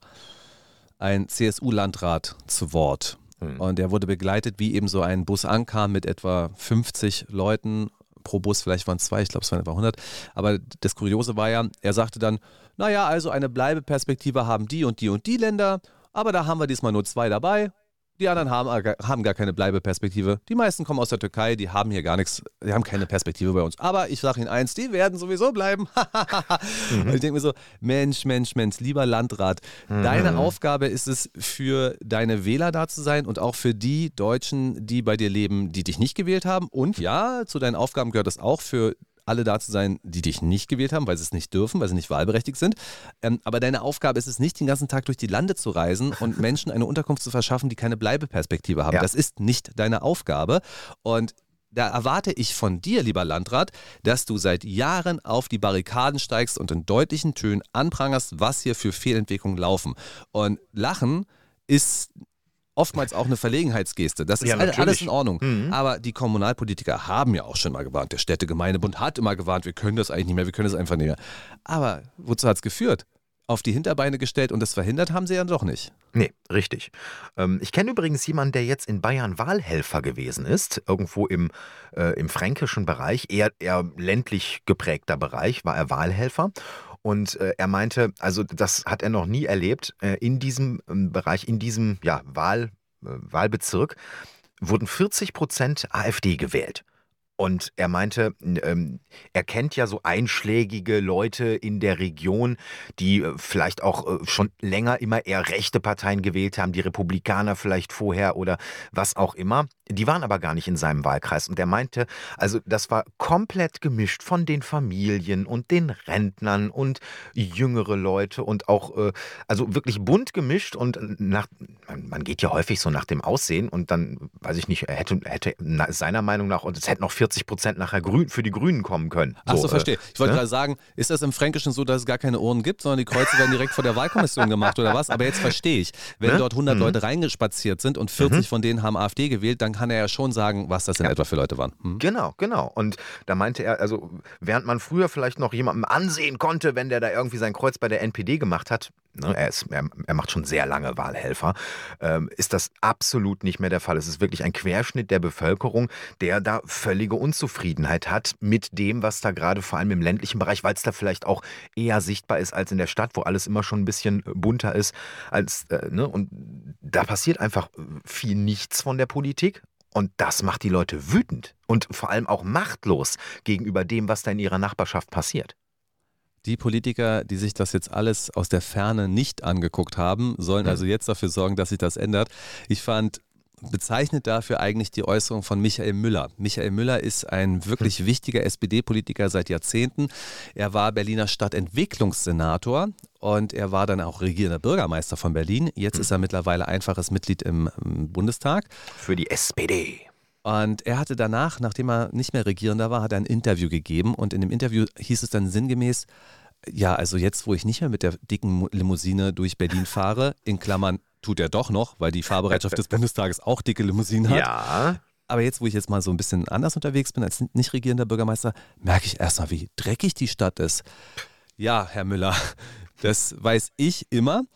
ein C S U-Landrat zu Wort. Und er wurde begleitet, wie eben so ein Bus ankam mit etwa fünfzig Leuten pro Bus, vielleicht waren es zwei, ich glaube es waren etwa hundert. Aber das Kuriose war ja, er sagte dann, naja, also eine Bleibeperspektive haben die und die und die Länder, aber da haben wir diesmal nur zwei dabei. Die anderen haben, haben gar keine Bleibeperspektive. Die meisten kommen aus der Türkei, die haben hier gar nichts, die haben keine Perspektive bei uns. Aber ich sage Ihnen eins, die werden sowieso bleiben. mhm. Und ich denke mir so, Mensch, Mensch, Mensch, lieber Landrat, mhm. deine Aufgabe ist es, für deine Wähler da zu sein und auch für die Deutschen, die bei dir leben, die dich nicht gewählt haben. Und ja, zu deinen Aufgaben gehört es auch, für alle da zu sein, die dich nicht gewählt haben, weil sie es nicht dürfen, weil sie nicht wahlberechtigt sind. Ähm, aber deine Aufgabe ist es nicht, den ganzen Tag durch die Lande zu reisen und Menschen eine Unterkunft zu verschaffen, die keine Bleibeperspektive haben. Ja. Das ist nicht deine Aufgabe. Und da erwarte ich von dir, lieber Landrat, dass du seit Jahren auf die Barrikaden steigst und in deutlichen Tönen anprangerst, was hier für Fehlentwicklungen laufen. Und Lachen ist oftmals auch eine Verlegenheitsgeste. Das ist ja, alles in Ordnung. Mhm. Aber die Kommunalpolitiker haben ja auch schon mal gewarnt. Der Städtegemeindebund hat immer gewarnt, wir können das eigentlich nicht mehr, wir können das einfach nicht mehr. Aber wozu hat es geführt? Auf die Hinterbeine gestellt und das verhindert haben sie ja doch nicht. Nee, richtig. Ähm, ich kenne übrigens jemanden, der jetzt in Bayern Wahlhelfer gewesen ist, irgendwo im, äh, im fränkischen Bereich, eher, eher ländlich geprägter Bereich, war er Wahlhelfer. Und äh, er meinte, also das hat er noch nie erlebt, äh, in diesem ähm, Bereich, in diesem ja, Wahl, äh, Wahlbezirk wurden vierzig Prozent AfD gewählt. Und er meinte, ähm, er kennt ja so einschlägige Leute in der Region, die äh, vielleicht auch äh, schon länger immer eher rechte Parteien gewählt haben, die Republikaner vielleicht vorher oder was auch immer. Die waren aber gar nicht in seinem Wahlkreis. Und er meinte, also das war komplett gemischt von den Familien und den Rentnern und jüngere Leute und auch, äh, also wirklich bunt gemischt. Und nach, man, man geht ja häufig so nach dem Aussehen und dann, weiß ich nicht, er hätte, hätte seiner Meinung nach, und es hätten noch vierzig Prozent nachher grün, für die Grünen kommen können. Ach so, so verstehe. Ich wollte ne? gerade sagen, ist das im Fränkischen so, dass es gar keine Urnen gibt, sondern die Kreuze werden direkt vor der Wahlkommission gemacht oder was? Aber jetzt verstehe ich, wenn ne? dort hundert mhm. Leute reingespaziert sind und vierzig mhm. von denen haben AfD gewählt, dann kann er ja schon sagen, was das in ja. etwa für Leute waren. Hm? Genau, genau. Und da meinte er, also während man früher vielleicht noch jemandem ansehen konnte, wenn der da irgendwie sein Kreuz bei der N P D gemacht hat, ne, er, ist, er, er macht schon sehr lange Wahlhelfer, ähm, ist das absolut nicht mehr der Fall. Es ist wirklich ein Querschnitt der Bevölkerung, der da völlige Unzufriedenheit hat mit dem, was da gerade vor allem im ländlichen Bereich, weil es da vielleicht auch eher sichtbar ist als in der Stadt, wo alles immer schon ein bisschen bunter ist. Als, äh, ne, und da passiert einfach viel nichts von der Politik. Und das macht die Leute wütend und vor allem auch machtlos gegenüber dem, was da in ihrer Nachbarschaft passiert. Die Politiker, die sich das jetzt alles aus der Ferne nicht angeguckt haben, sollen also jetzt dafür sorgen, dass sich das ändert. Ich fand bezeichnet dafür eigentlich die Äußerung von Michael Müller. Michael Müller ist ein wirklich hm. wichtiger S P D-Politiker seit Jahrzehnten. Er war Berliner Stadtentwicklungssenator und er war dann auch regierender Bürgermeister von Berlin. Jetzt hm. ist er mittlerweile einfaches Mitglied im, im Bundestag. Für die S P D. Und er hatte danach, nachdem er nicht mehr Regierender war, hat er ein Interview gegeben und in dem Interview hieß es dann sinngemäß, ja, also jetzt, wo ich nicht mehr mit der dicken Limousine durch Berlin fahre, in Klammern tut er doch noch, weil die Fahrbereitschaft des Bundestages auch dicke Limousinen hat. Ja. Aber jetzt, wo ich jetzt mal so ein bisschen anders unterwegs bin als nicht regierender Bürgermeister, merke ich erstmal, wie dreckig die Stadt ist. Ja, Herr Müller, das weiß ich immer.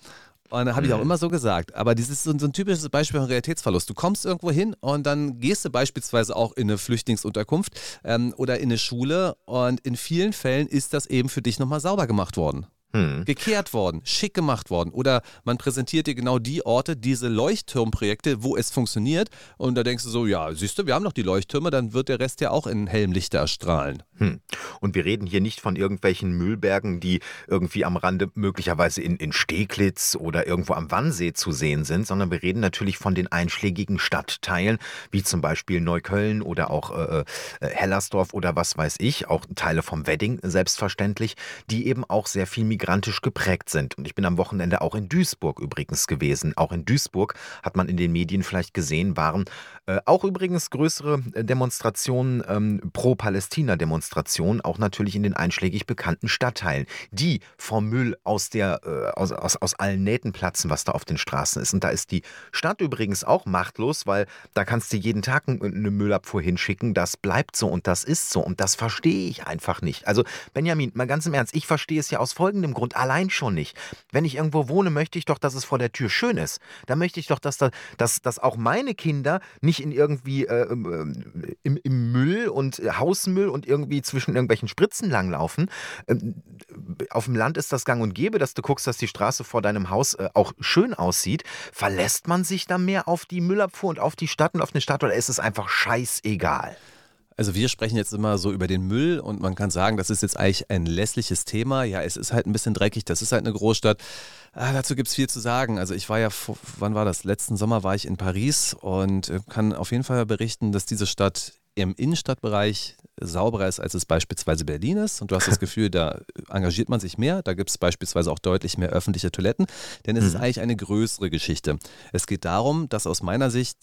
Und da habe ich auch immer so gesagt. Aber das ist so, so ein typisches Beispiel von Realitätsverlust. Du kommst irgendwo hin und dann gehst du beispielsweise auch in eine Flüchtlingsunterkunft ähm, oder in eine Schule und in vielen Fällen ist das eben für dich nochmal sauber gemacht worden. Hm. Gekehrt worden, schick gemacht worden oder man präsentiert dir genau die Orte, diese Leuchtturmprojekte, wo es funktioniert und da denkst du so, ja, siehst du, wir haben noch die Leuchttürme, dann wird der Rest ja auch in hellem Licht erstrahlen. Hm. Und wir reden hier nicht von irgendwelchen Müllbergen, die irgendwie am Rande möglicherweise in, in Steglitz oder irgendwo am Wannsee zu sehen sind, sondern wir reden natürlich von den einschlägigen Stadtteilen, wie zum Beispiel Neukölln oder auch äh, Hellersdorf oder was weiß ich, auch Teile vom Wedding selbstverständlich, die eben auch sehr viel migrantisch geprägt sind. Und ich bin am Wochenende auch in Duisburg übrigens gewesen. Auch in Duisburg hat man in den Medien vielleicht gesehen, waren äh, auch übrigens größere Demonstrationen, ähm, Pro-Palästina-Demonstrationen, auch natürlich in den einschlägig bekannten Stadtteilen, die vom Müll aus, der, äh, aus, aus, aus allen Nähten platzen, was da auf den Straßen ist. Und da ist die Stadt übrigens auch machtlos, weil da kannst du jeden Tag eine Müllabfuhr hinschicken. Das bleibt so und das ist so. Und das verstehe ich einfach nicht. Also Benjamin, mal ganz im Ernst, ich verstehe es ja aus folgendem Grund allein schon nicht. Wenn ich irgendwo wohne, möchte ich doch, dass es vor der Tür schön ist. Da möchte ich doch, dass, da, dass, dass auch meine Kinder nicht in irgendwie äh, im, im Müll und Hausmüll und irgendwie zwischen irgendwelchen Spritzen langlaufen. Ähm, auf dem Land ist das gang und gäbe, dass du guckst, dass die Straße vor deinem Haus äh, auch schön aussieht. Verlässt man sich da mehr auf die Müllabfuhr und auf die Stadt und auf eine Stadt oder ist es einfach scheißegal? Also wir sprechen jetzt immer so über den Müll und man kann sagen, das ist jetzt eigentlich ein lässliches Thema. Ja, es ist halt ein bisschen dreckig, das ist halt eine Großstadt. Ah, dazu gibt es viel zu sagen. Also ich war ja, wann war das? Letzten Sommer war ich in Paris und kann auf jeden Fall berichten, dass diese Stadt im Innenstadtbereich sauberer ist, als es beispielsweise Berlin ist. Und du hast das Gefühl, da engagiert man sich mehr. Da gibt es beispielsweise auch deutlich mehr öffentliche Toiletten. Denn es mhm. ist eigentlich eine größere Geschichte. Es geht darum, dass aus meiner Sicht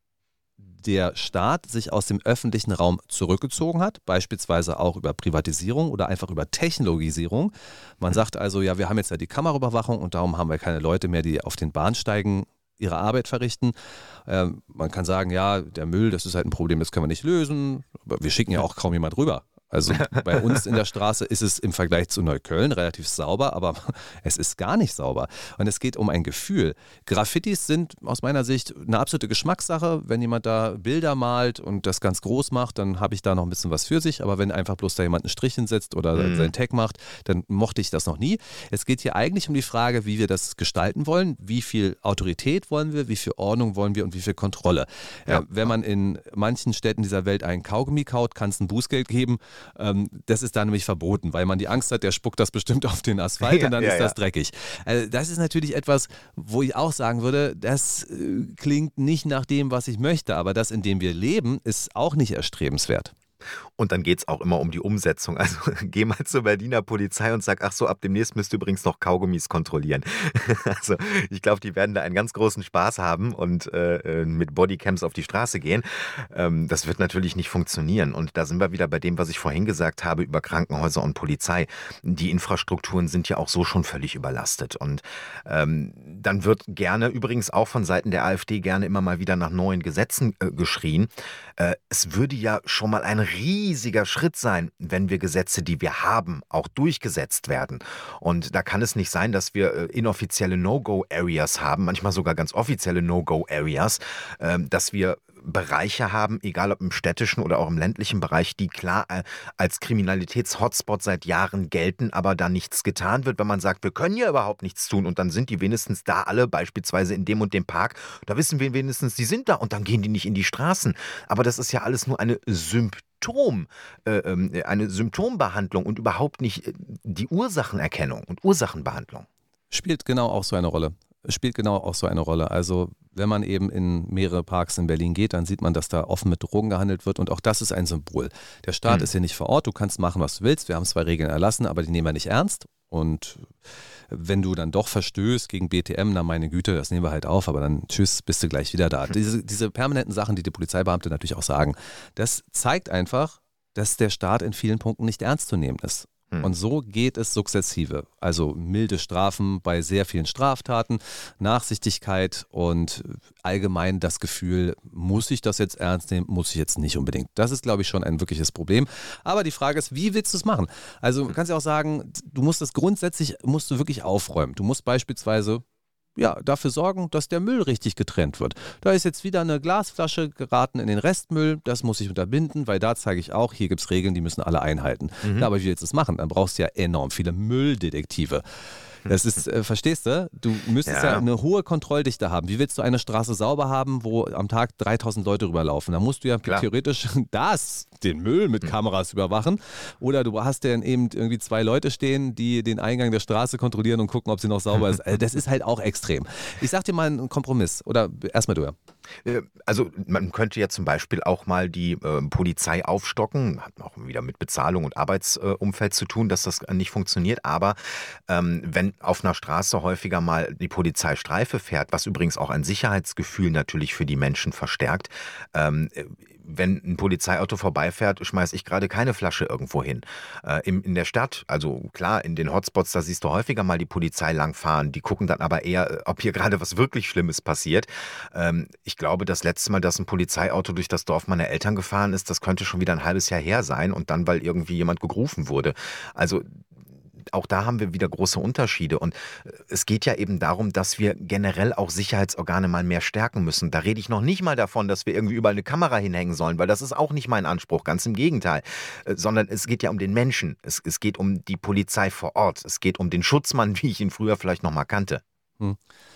der Staat sich aus dem öffentlichen Raum zurückgezogen hat, beispielsweise auch über Privatisierung oder einfach über Technologisierung. Man sagt also, ja, wir haben jetzt ja die Kameraüberwachung und darum haben wir keine Leute mehr, die auf den Bahnsteigen ihre Arbeit verrichten. Ähm, man kann sagen, ja, der Müll, das ist halt ein Problem, das können wir nicht lösen. Aber wir schicken ja auch kaum jemand rüber. Also bei uns in der Straße ist es im Vergleich zu Neukölln relativ sauber, aber es ist gar nicht sauber. Und es geht um ein Gefühl. Graffitis sind aus meiner Sicht eine absolute Geschmackssache. Wenn jemand da Bilder malt und das ganz groß macht, dann habe ich da noch ein bisschen was für sich. Aber wenn einfach bloß da jemand einen Strich hinsetzt oder mhm. seinen Tag macht, dann mochte ich das noch nie. Es geht hier eigentlich um die Frage, wie wir das gestalten wollen, wie viel Autorität wollen wir, wie viel Ordnung wollen wir und wie viel Kontrolle. Ja. Äh, wenn man in manchen Städten dieser Welt einen Kaugummi kaut, kann es ein Bußgeld geben. Das ist da nämlich verboten, weil man die Angst hat, der spuckt das bestimmt auf den Asphalt ja, und dann ja, ist das ja. dreckig. Also das ist natürlich etwas, wo ich auch sagen würde, das klingt nicht nach dem, was ich möchte, aber das, in dem wir leben, ist auch nicht erstrebenswert. Und dann geht es auch immer um die Umsetzung. Also geh mal zur Berliner Polizei und sag, ach so, ab demnächst müsst ihr übrigens noch Kaugummis kontrollieren. Also ich glaube, die werden da einen ganz großen Spaß haben und äh, mit Bodycams auf die Straße gehen. Ähm, das wird natürlich nicht funktionieren. Und da sind wir wieder bei dem, was ich vorhin gesagt habe über Krankenhäuser und Polizei. Die Infrastrukturen sind ja auch so schon völlig überlastet. Und ähm, dann wird gerne, übrigens auch von Seiten der AfD, gerne immer mal wieder nach neuen Gesetzen äh, geschrien. Äh, es würde ja schon mal ein riesiger Schritt sein, wenn wir Gesetze, die wir haben, auch durchgesetzt werden. Und da kann es nicht sein, dass wir äh, inoffizielle No-Go-Areas haben, manchmal sogar ganz offizielle No-Go-Areas, äh, dass wir Bereiche haben, egal ob im städtischen oder auch im ländlichen Bereich, die klar äh, als Kriminalitäts-Hotspot seit Jahren gelten, aber da nichts getan wird, wenn man sagt, wir können ja überhaupt nichts tun und dann sind die wenigstens da alle, beispielsweise in dem und dem Park, da wissen wir wenigstens, die sind da und dann gehen die nicht in die Straßen. Aber das ist ja alles nur eine Symptom. Symptom, äh, eine Symptombehandlung und überhaupt nicht die Ursachenerkennung und Ursachenbehandlung. Spielt genau auch so eine Rolle. Spielt genau auch so eine Rolle. Also wenn man eben in mehrere Parks in Berlin geht, dann sieht man, dass da offen mit Drogen gehandelt wird und auch das ist ein Symbol. Der Staat mhm. ist hier nicht vor Ort, du kannst machen, was du willst. Wir haben zwei Regeln erlassen, aber die nehmen wir nicht ernst. Und wenn du dann doch verstößt gegen B T M, na meine Güte, das nehmen wir halt auf, aber dann tschüss, bist du gleich wieder da. Diese, diese permanenten Sachen, die die Polizeibeamte natürlich auch sagen, das zeigt einfach, dass der Staat in vielen Punkten nicht ernst zu nehmen ist. Hm. Und so geht es sukzessive. Also milde Strafen bei sehr vielen Straftaten, Nachsichtigkeit und allgemein das Gefühl, muss ich das jetzt ernst nehmen, muss ich jetzt nicht unbedingt. Das ist, glaube ich, schon ein wirkliches Problem. Aber die Frage ist, wie willst du es machen? Also du kannst ja auch sagen, du musst das grundsätzlich, musst du wirklich aufräumen. Du musst beispielsweise ja, dafür sorgen, dass der Müll richtig getrennt wird. Da ist jetzt wieder eine Glasflasche geraten in den Restmüll, das muss ich unterbinden, weil da zeige ich auch, hier gibt es Regeln, die müssen alle einhalten. Mhm. Ja, aber wie willst du das machen? Dann brauchst du ja enorm viele Mülldetektive. Das ist, äh, verstehst du? Du müsstest ja. Ja. eine hohe Kontrolldichte haben. Wie willst du eine Straße sauber haben, wo am Tag dreitausend Leute rüberlaufen? Da musst du ja Klar. theoretisch das, den Müll mit Kameras überwachen. Oder du hast ja dann eben irgendwie zwei Leute stehen, die den Eingang der Straße kontrollieren und gucken, ob sie noch sauber ist. Also das ist halt auch extrem. Ich sag dir mal einen Kompromiss. Oder erstmal du ja. Äh, Also man könnte ja zum Beispiel auch mal die äh, Polizei aufstocken, hat auch wieder mit Bezahlung und Arbeitsumfeld zu tun, dass das nicht funktioniert, aber ähm, wenn auf einer Straße häufiger mal die Polizei Streife fährt, was übrigens auch ein Sicherheitsgefühl natürlich für die Menschen verstärkt, ähm, wenn ein Polizeiauto vorbeifährt, schmeiße ich gerade keine Flasche irgendwo hin. Äh, in, in der Stadt, also klar, in den Hotspots, da siehst du häufiger mal die Polizei langfahren, die gucken dann aber eher, ob hier gerade was wirklich Schlimmes passiert. Ähm, ich glaube, das letzte Mal, dass ein Polizeiauto durch das Dorf meiner Eltern gefahren ist, das könnte schon wieder ein halbes Jahr her sein und dann, weil irgendwie jemand gerufen wurde. Also auch da haben wir wieder große Unterschiede und es geht ja eben darum, dass wir generell auch Sicherheitsorgane mal mehr stärken müssen. Da rede ich noch nicht mal davon, dass wir irgendwie überall eine Kamera hinhängen sollen, weil das ist auch nicht mein Anspruch, ganz im Gegenteil, Äh, sondern es geht ja um den Menschen, es, es geht um die Polizei vor Ort, es geht um den Schutzmann, wie ich ihn früher vielleicht noch mal kannte. Hm.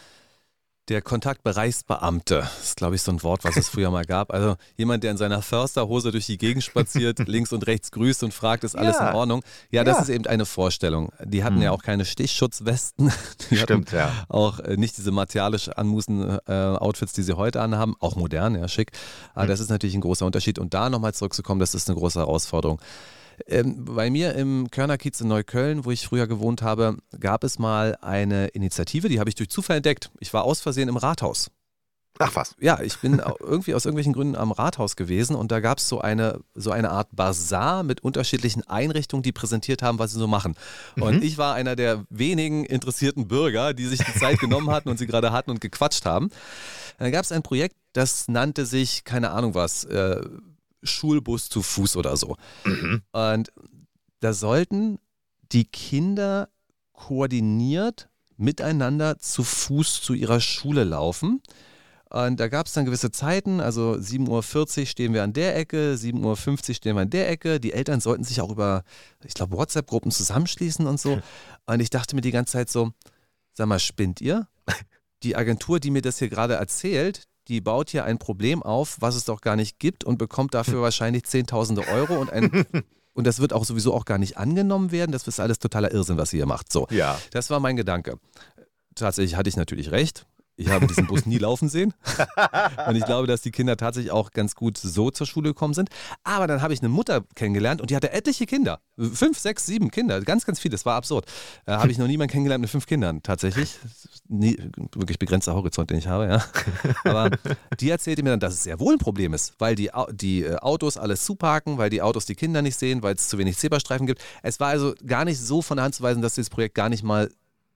Der Kontaktbereichsbeamte ist, glaube ich, so ein Wort, was es früher mal gab. Also jemand, der in seiner Försterhose durch die Gegend spaziert, links und rechts grüßt und fragt, ist alles Ja. in Ordnung? Ja, das Ja. ist eben eine Vorstellung. Die hatten Hm. ja auch keine Stichschutzwesten. Die Stimmt, hatten ja. auch äh, nicht diese martialisch anmusenden äh, Outfits, die sie heute anhaben. Auch modern, ja, schick. Aber Hm. das ist natürlich ein großer Unterschied. Und da nochmal zurückzukommen, das ist eine große Herausforderung. Ähm, bei mir im Körnerkiez in Neukölln, wo ich früher gewohnt habe, gab es mal eine Initiative, die habe ich durch Zufall entdeckt. Ich war aus Versehen im Rathaus. Ach was. Ja, ich bin au- irgendwie aus irgendwelchen Gründen am Rathaus gewesen und da gab es so eine, so eine Art Bazar mit unterschiedlichen Einrichtungen, die präsentiert haben, was sie so machen. Und Mhm. ich war einer der wenigen interessierten Bürger, die sich die Zeit genommen hatten und sie gerade hatten und gequatscht haben. Dann gab es ein Projekt, das nannte sich, keine Ahnung was, äh, Schulbus zu Fuß oder so. Mhm. Und da sollten die Kinder koordiniert miteinander zu Fuß zu ihrer Schule laufen. Und da gab es dann gewisse Zeiten, also sieben Uhr vierzig stehen wir an der Ecke, sieben Uhr fünfzig stehen wir an der Ecke. Die Eltern sollten sich auch über, ich glaube, WhatsApp-Gruppen zusammenschließen und so. Und ich dachte mir die ganze Zeit so, sag mal, spinnt ihr? Die Agentur, die mir das hier gerade erzählt, die baut hier ein Problem auf, was es doch gar nicht gibt und bekommt dafür wahrscheinlich Zehntausende Euro und ein und das wird auch sowieso auch gar nicht angenommen werden. Das ist alles totaler Irrsinn, was ihr hier macht. So, Ja. das war mein Gedanke. Tatsächlich hatte ich natürlich recht. Ich habe diesen Bus nie laufen sehen. Und ich glaube, dass die Kinder tatsächlich auch ganz gut so zur Schule gekommen sind. Aber dann habe ich eine Mutter kennengelernt und die hatte etliche Kinder. Fünf, sechs, sieben Kinder. Ganz, ganz viele. Das war absurd. Äh, habe ich noch niemanden kennengelernt mit fünf Kindern. Tatsächlich. Nie, wirklich begrenzter Horizont, den ich habe, ja. Aber die erzählte mir dann, dass es sehr wohl ein Problem ist, weil die, Au- die äh, Autos alles zuparken, weil die Autos die Kinder nicht sehen, weil es zu wenig Zebrastreifen gibt. Es war also gar nicht so von der Hand zu weisen, dass dieses Projekt gar nicht mal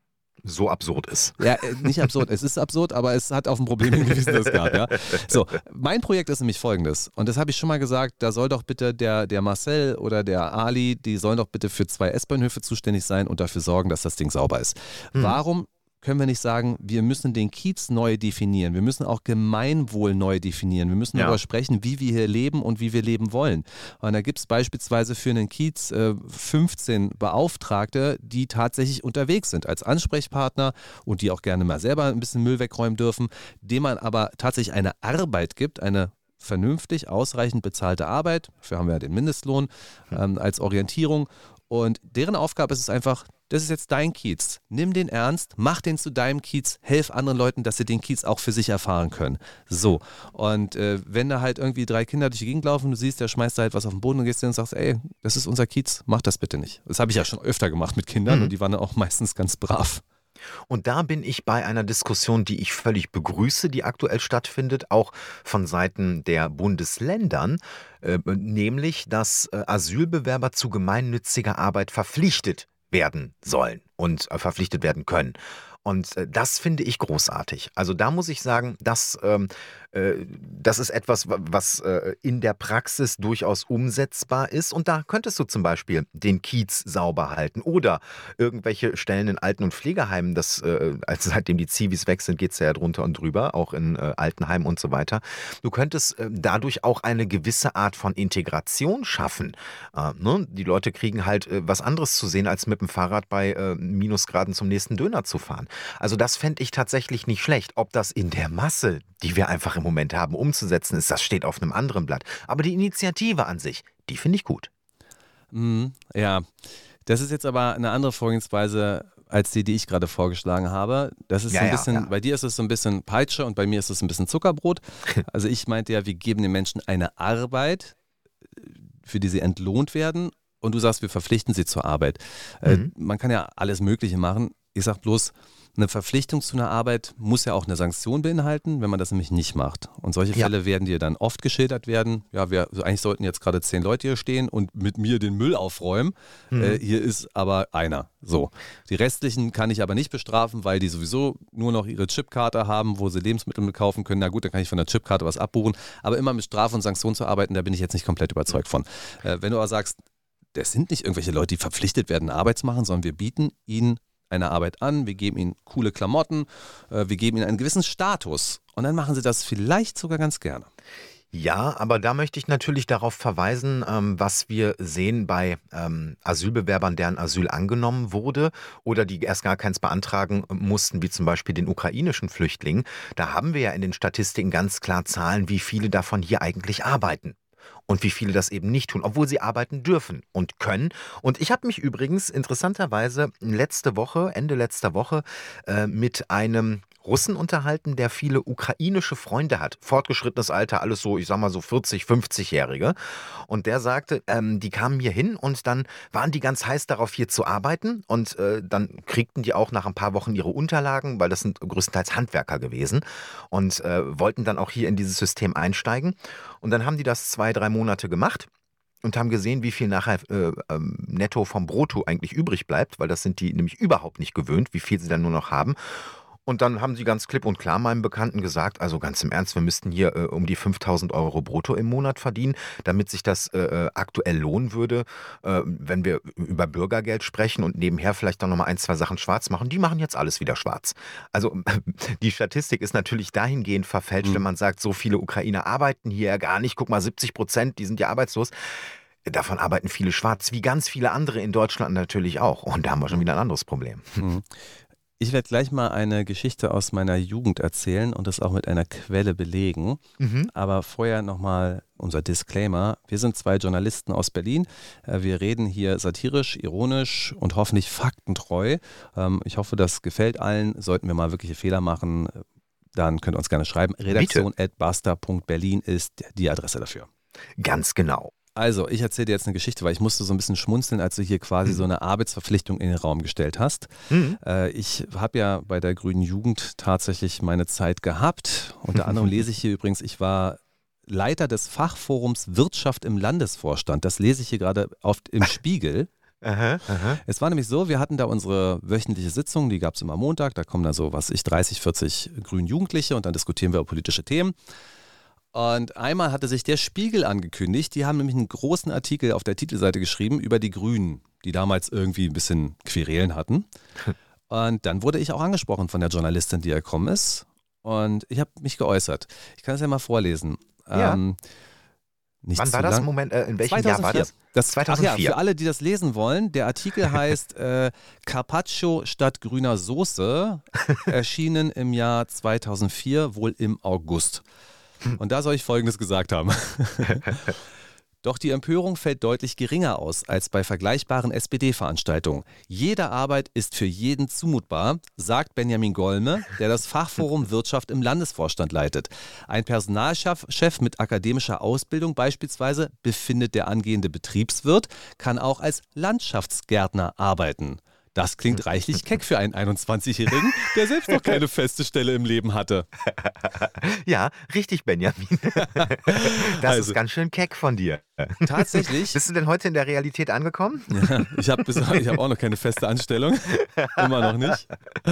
So absurd ist. ja, äh, nicht absurd. Es ist absurd, aber es hat auf ein Problem hingewiesen, das es gab. Ja? So, mein Projekt ist nämlich folgendes. Und das habe ich schon mal gesagt, da soll doch bitte der, der Marcel oder der Ali, die sollen doch bitte für zwei S-Bahnhöfe zuständig sein und dafür sorgen, dass das Ding sauber ist. Hm. Warum können wir nicht sagen, wir müssen den Kiez neu definieren. Wir müssen auch Gemeinwohl neu definieren. Wir müssen Ja. darüber sprechen, wie wir hier leben und wie wir leben wollen. Und da gibt es beispielsweise für einen Kiez äh, fünfzehn Beauftragte, die tatsächlich unterwegs sind als Ansprechpartner und die auch gerne mal selber ein bisschen Müll wegräumen dürfen, dem man aber tatsächlich eine Arbeit gibt, eine vernünftig, ausreichend bezahlte Arbeit. Dafür haben wir ja den Mindestlohn ähm, als Orientierung. Und deren Aufgabe ist es einfach, das ist jetzt dein Kiez. Nimm den ernst, mach den zu deinem Kiez, helf anderen Leuten, dass sie den Kiez auch für sich erfahren können. So. Und äh, wenn da halt irgendwie drei Kinder durch die Gegend laufen, du siehst, der schmeißt da halt was auf den Boden und gehst hin und sagst, ey, das ist unser Kiez, mach das bitte nicht. Das habe ich ja schon öfter gemacht mit Kindern Mhm. und die waren dann auch meistens ganz brav. Und da bin ich bei einer Diskussion, die ich völlig begrüße, die aktuell stattfindet, auch von Seiten der Bundesländern, äh, nämlich, dass äh, Asylbewerber zu gemeinnütziger Arbeit verpflichtet werden sollen und äh, verpflichtet werden können. Und äh, das finde ich großartig. Also da muss ich sagen, das, ähm, äh, das ist etwas, wa- was äh, in der Praxis durchaus umsetzbar ist. Und da könntest du zum Beispiel den Kiez sauber halten oder irgendwelche Stellen in Alten- und Pflegeheimen, das, äh, also seitdem die Zivis weg sind, geht es ja drunter und drüber, auch in äh, Altenheimen und so weiter. Du könntest äh, dadurch auch eine gewisse Art von Integration schaffen. Äh, ne? Die Leute kriegen halt äh, was anderes zu sehen, als mit dem Fahrrad bei äh, Minusgraden zum nächsten Döner zu fahren. Also das fände ich tatsächlich nicht schlecht. Ob das in der Masse, die wir einfach im Moment haben, umzusetzen ist, das steht auf einem anderen Blatt. Aber die Initiative an sich, die finde ich gut. Mhm, ja, das ist jetzt aber eine andere Vorgehensweise als die, die ich gerade vorgeschlagen habe. Das ist Ja, so ein ja, bisschen, ja. bei dir ist es so ein bisschen Peitsche und bei mir ist es ein bisschen Zuckerbrot. Also ich meinte ja, wir geben den Menschen eine Arbeit, für die sie entlohnt werden und du sagst, wir verpflichten sie zur Arbeit. Äh, Mhm. man kann ja alles Mögliche machen. Ich sag bloß, eine Verpflichtung zu einer Arbeit muss ja auch eine Sanktion beinhalten, wenn man das nämlich nicht macht. Und solche Ja. Fälle werden dir dann oft geschildert werden. Ja, wir, also eigentlich sollten jetzt gerade zehn Leute hier stehen und mit mir den Müll aufräumen. Mhm. Äh, hier ist aber einer. So. Die restlichen kann ich aber nicht bestrafen, weil die sowieso nur noch ihre Chipkarte haben, wo sie Lebensmittel mit kaufen können. Na gut, dann kann ich von der Chipkarte was abbuchen. Aber immer mit Strafe und Sanktion zu arbeiten, da bin ich jetzt nicht komplett überzeugt von. Äh, wenn du aber sagst, das sind nicht irgendwelche Leute, die verpflichtet werden, eine Arbeit zu machen, sondern wir bieten ihnen eine Arbeit an, wir geben ihnen coole Klamotten, äh, wir geben ihnen einen gewissen Status und dann machen sie das vielleicht sogar ganz gerne. Ja, aber da möchte ich natürlich darauf verweisen, ähm, was wir sehen bei ähm, Asylbewerbern, deren Asyl angenommen wurde oder die erst gar keins beantragen mussten, wie zum Beispiel den ukrainischen Flüchtlingen. Da haben wir ja in den Statistiken ganz klar Zahlen, wie viele davon hier eigentlich arbeiten. Und wie viele das eben nicht tun, obwohl sie arbeiten dürfen und können. Und ich habe mich übrigens interessanterweise letzte Woche, Ende letzter Woche, äh, mit einem Russen unterhalten, der viele ukrainische Freunde hat. Fortgeschrittenes Alter, alles so, ich sag mal so vierzig, fünfzig-Jährige. Und der sagte, ähm, die kamen hier hin und dann waren die ganz heiß darauf, hier zu arbeiten. Und äh, dann kriegten die auch nach ein paar Wochen ihre Unterlagen, weil das sind größtenteils Handwerker gewesen und äh, wollten dann auch hier in dieses System einsteigen. Und dann haben die das zwei, drei Monate gemacht und haben gesehen, wie viel nachher äh, ähm, netto vom Brutto eigentlich übrig bleibt, weil das sind die nämlich überhaupt nicht gewöhnt, wie viel sie dann nur noch haben. Und dann haben sie ganz klipp und klar meinem Bekannten gesagt, also ganz im Ernst, wir müssten hier äh, um die fünftausend Euro brutto im Monat verdienen, damit sich das äh, äh, aktuell lohnen würde, äh, wenn wir über Bürgergeld sprechen und nebenher vielleicht dann nochmal ein, zwei Sachen schwarz machen. Die machen jetzt alles wieder schwarz. Also die Statistik ist natürlich dahingehend verfälscht, wenn Mhm. man sagt, so viele Ukrainer arbeiten hier ja gar nicht. Guck mal, siebzig Prozent, die sind ja arbeitslos. Davon arbeiten viele schwarz, wie ganz viele andere in Deutschland natürlich auch. Und da haben wir schon wieder ein anderes Problem. Mhm. Ich werde gleich mal eine Geschichte aus meiner Jugend erzählen und das auch mit einer Quelle belegen. Mhm. Aber vorher nochmal unser Disclaimer. Wir sind zwei Journalisten aus Berlin. Äh, Wir reden hier satirisch, ironisch und hoffentlich faktentreu. Ähm, Ich hoffe, das gefällt allen. Sollten wir mal wirkliche Fehler machen, äh, dann könnt ihr uns gerne schreiben. redaktion at basta punkt berlin ist die Adresse dafür. Ganz genau. Also, ich erzähle dir jetzt eine Geschichte, weil ich musste so ein bisschen schmunzeln, als du hier quasi so eine Arbeitsverpflichtung in den Raum gestellt hast. Mhm. Äh, ich habe ja bei der Grünen Jugend tatsächlich meine Zeit gehabt. Unter anderem lese ich hier übrigens, ich war Leiter des Fachforums Wirtschaft im Landesvorstand. Das lese ich hier gerade oft im Spiegel. Aha, aha. Es war nämlich so, wir hatten da unsere wöchentliche Sitzung, die gab es immer am Montag. Da kommen da so, was ich, dreißig, vierzig Grünen Jugendliche und dann diskutieren wir über politische Themen. Und einmal hatte sich der Spiegel angekündigt, die haben nämlich einen großen Artikel auf der Titelseite geschrieben über die Grünen, die damals irgendwie ein bisschen Querelen hatten. Und dann wurde ich auch angesprochen von der Journalistin, die gekommen ist. Und ich habe mich geäußert. Ich kann es ja mal vorlesen. Ja. Ähm, nicht Wann zu war das? lang. Moment, äh, in welchem Jahr war das? Das, Ach ja, zweitausendvier. für alle, die das lesen wollen, der Artikel heißt äh, Carpaccio statt grüner Soße, erschienen im Jahr zweitausendvier, wohl im August. Und da soll ich Folgendes gesagt haben. Doch die Empörung fällt deutlich geringer aus als bei vergleichbaren S P D-Veranstaltungen. Jede Arbeit ist für jeden zumutbar, sagt Benjamin Golme, der das Fachforum Wirtschaft im Landesvorstand leitet. Ein Personalchef Chef mit akademischer Ausbildung beispielsweise, befindet der angehende Betriebswirt, kann auch als Landschaftsgärtner arbeiten. Das klingt reichlich keck für einen einundzwanzigjährigen, der selbst noch keine feste Stelle im Leben hatte. Ja, richtig, Benjamin. Das Also, ist ganz schön keck von dir. tatsächlich, Bist du denn heute in der Realität angekommen? ja, ich habe ich hab auch noch keine feste Anstellung. Immer noch nicht.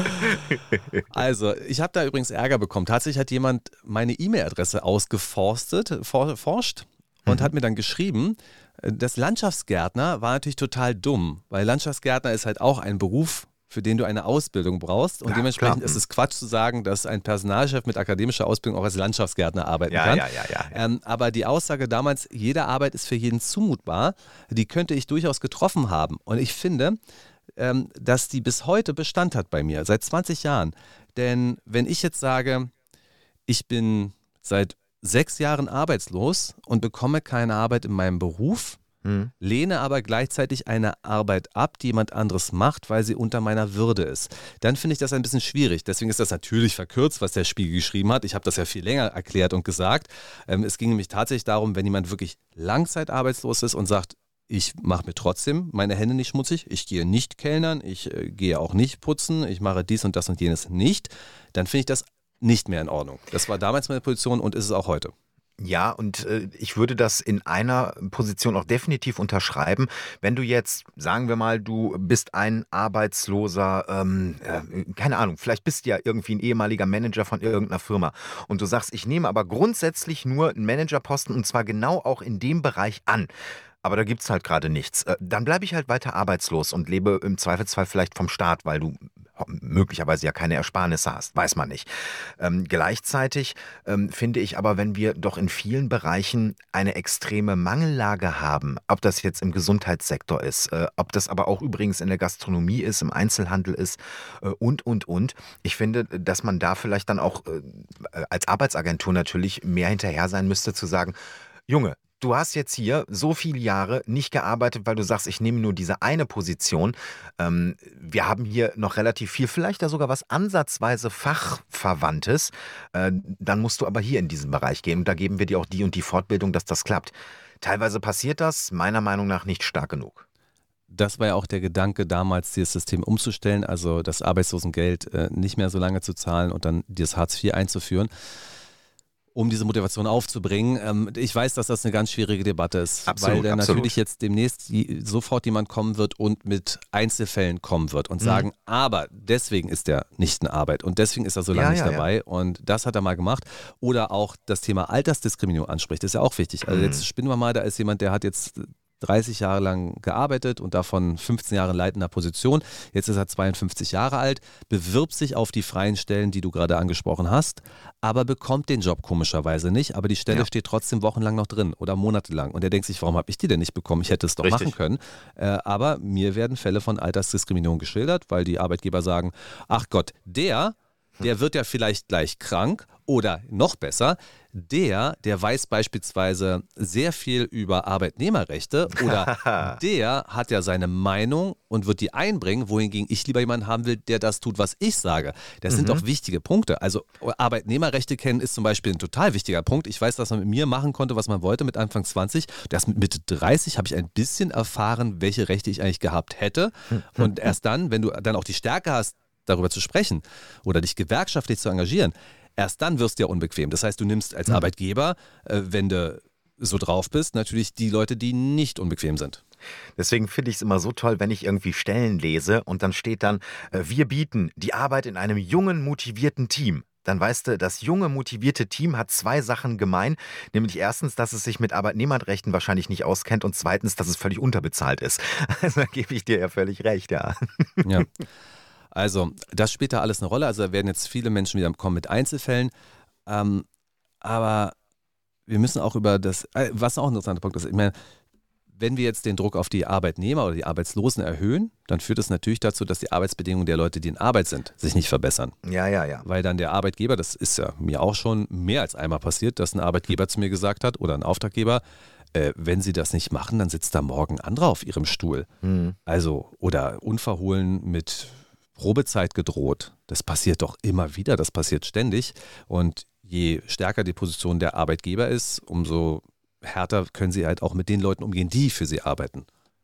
Also, ich habe da übrigens Ärger bekommen. Tatsächlich hat jemand meine E-Mail-Adresse ausgeforstet, for, forscht und hat mir dann geschrieben, das Landschaftsgärtner war natürlich total dumm, weil Landschaftsgärtner ist halt auch ein Beruf, für den du eine Ausbildung brauchst. Und Ja, dementsprechend klar. ist es Quatsch zu sagen, dass ein Personalchef mit akademischer Ausbildung auch als Landschaftsgärtner arbeiten Ja, kann. ja, ja, ja. ja. Ähm, aber die Aussage damals, jede Arbeit ist für jeden zumutbar, die könnte ich durchaus getroffen haben. Und ich finde, ähm, dass die bis heute Bestand hat bei mir, seit zwanzig Jahren. Denn wenn ich jetzt sage, ich bin seit sechs Jahren arbeitslos und bekomme keine Arbeit in meinem Beruf, Hm. lehne aber gleichzeitig eine Arbeit ab, die jemand anderes macht, weil sie unter meiner Würde ist. Dann finde ich das ein bisschen schwierig. Deswegen ist das natürlich verkürzt, was der Spiegel geschrieben hat. Ich habe das ja viel länger erklärt und gesagt. Ähm, es ging nämlich tatsächlich darum, wenn jemand wirklich langzeitarbeitslos ist und sagt, ich mache mir trotzdem meine Hände nicht schmutzig, ich gehe nicht kellnern, ich äh, gehe auch nicht putzen, ich mache dies und das und jenes nicht, dann finde ich das nicht mehr in Ordnung. Das war damals meine Position und ist es auch heute. Ja, und äh, ich würde das in einer Position auch definitiv unterschreiben. Wenn du jetzt, sagen wir mal, du bist ein arbeitsloser, ähm, äh, keine Ahnung, vielleicht bist du ja irgendwie ein ehemaliger Manager von irgendeiner Firma und du sagst, ich nehme aber grundsätzlich nur einen Managerposten und zwar genau auch in dem Bereich an. Aber da gibt es halt gerade nichts. Äh, Dann bleibe ich halt weiter arbeitslos und lebe im Zweifelsfall vielleicht vom Staat, weil du ho- möglicherweise ja keine Ersparnisse hast. Weiß man nicht. Ähm, gleichzeitig ähm, finde ich aber, wenn wir doch in vielen Bereichen eine extreme Mangellage haben, ob das jetzt im Gesundheitssektor ist, äh, ob das aber auch übrigens in der Gastronomie ist, im Einzelhandel ist äh, und, und, und. Ich finde, dass man da vielleicht dann auch äh, als Arbeitsagentur natürlich mehr hinterher sein müsste, zu sagen, Junge, du hast jetzt hier so viele Jahre nicht gearbeitet, weil du sagst, ich nehme nur diese eine Position. Ähm, wir haben hier noch relativ viel, vielleicht da sogar was ansatzweise Fachverwandtes. Äh, dann musst du aber hier in diesen Bereich gehen. Und da geben wir dir auch die und die Fortbildung, dass das klappt. Teilweise passiert das meiner Meinung nach nicht stark genug. Das war ja auch der Gedanke damals, dieses System umzustellen, also das Arbeitslosengeld äh, nicht mehr so lange zu zahlen und dann das Hartz vier einzuführen, um diese Motivation aufzubringen. Ähm, ich weiß, dass das eine ganz schwierige Debatte ist, Absolut, weil dann absolut. natürlich jetzt demnächst die, sofort jemand kommen wird und mit Einzelfällen kommen wird und sagen, aber deswegen ist der nicht in Arbeit und deswegen ist er so lange Ja, nicht ja, ja. dabei und das hat er mal gemacht. Oder auch das Thema Altersdiskriminierung anspricht, ist ja auch wichtig. Also jetzt spinnen wir mal, da ist jemand, der hat jetzt dreißig Jahre lang gearbeitet und davon fünfzehn Jahre in leitender Position. Jetzt ist er zweiundfünfzig Jahre alt, bewirbt sich auf die freien Stellen, die du gerade angesprochen hast, aber bekommt den Job komischerweise nicht. Aber die Stelle Ja. steht trotzdem wochenlang noch drin oder monatelang. Und er denkt sich, warum habe ich die denn nicht bekommen? Ich hätte es doch Richtig. machen können. Äh, aber mir werden Fälle von Altersdiskriminierung geschildert, weil die Arbeitgeber sagen, ach Gott, der, der wird ja vielleicht gleich krank oder noch besser, der, der weiß beispielsweise sehr viel über Arbeitnehmerrechte oder der hat ja seine Meinung und wird die einbringen, wohingegen ich lieber jemanden haben will, der das tut, was ich sage. Das sind doch wichtige Punkte. Also Arbeitnehmerrechte kennen ist zum Beispiel ein total wichtiger Punkt. Ich weiß, dass man mit mir machen konnte, was man wollte mit Anfang zwanzig. Erst mit Mitte dreißig habe ich ein bisschen erfahren, welche Rechte ich eigentlich gehabt hätte. Und erst dann, wenn du dann auch die Stärke hast, darüber zu sprechen oder dich gewerkschaftlich zu engagieren, erst dann wirst du ja unbequem. Das heißt, du nimmst als Arbeitgeber, äh, wenn du so drauf bist, natürlich die Leute, die nicht unbequem sind. Deswegen finde ich es immer so toll, wenn ich irgendwie Stellen lese und dann steht dann, äh, wir bieten die Arbeit in einem jungen, motivierten Team. Dann weißt du, das junge, motivierte Team hat zwei Sachen gemein. Nämlich erstens, dass es sich mit Arbeitnehmerrechten wahrscheinlich nicht auskennt und zweitens, dass es völlig unterbezahlt ist. Also da gebe ich dir ja völlig recht, ja. Ja. Also, das spielt da alles eine Rolle. Also, da werden jetzt viele Menschen wieder kommen mit Einzelfällen. Ähm, aber wir müssen auch über das, äh, was auch ein interessanter Punkt ist, ich meine, wenn wir jetzt den Druck auf die Arbeitnehmer oder die Arbeitslosen erhöhen, dann führt das natürlich dazu, dass die Arbeitsbedingungen der Leute, die in Arbeit sind, sich nicht verbessern. Ja, ja, ja. Weil dann der Arbeitgeber, das ist ja mir auch schon mehr als einmal passiert, dass ein Arbeitgeber zu mir gesagt hat oder ein Auftraggeber, äh, wenn sie das nicht machen, dann sitzt da morgen ein anderer auf ihrem Stuhl. Hm. Also, oder unverhohlen mit Probezeit gedroht. Das passiert doch immer wieder, das passiert ständig. Und je stärker die Position der Arbeitgeber ist, umso härter können sie halt auch mit den Leuten umgehen, die für sie arbeiten.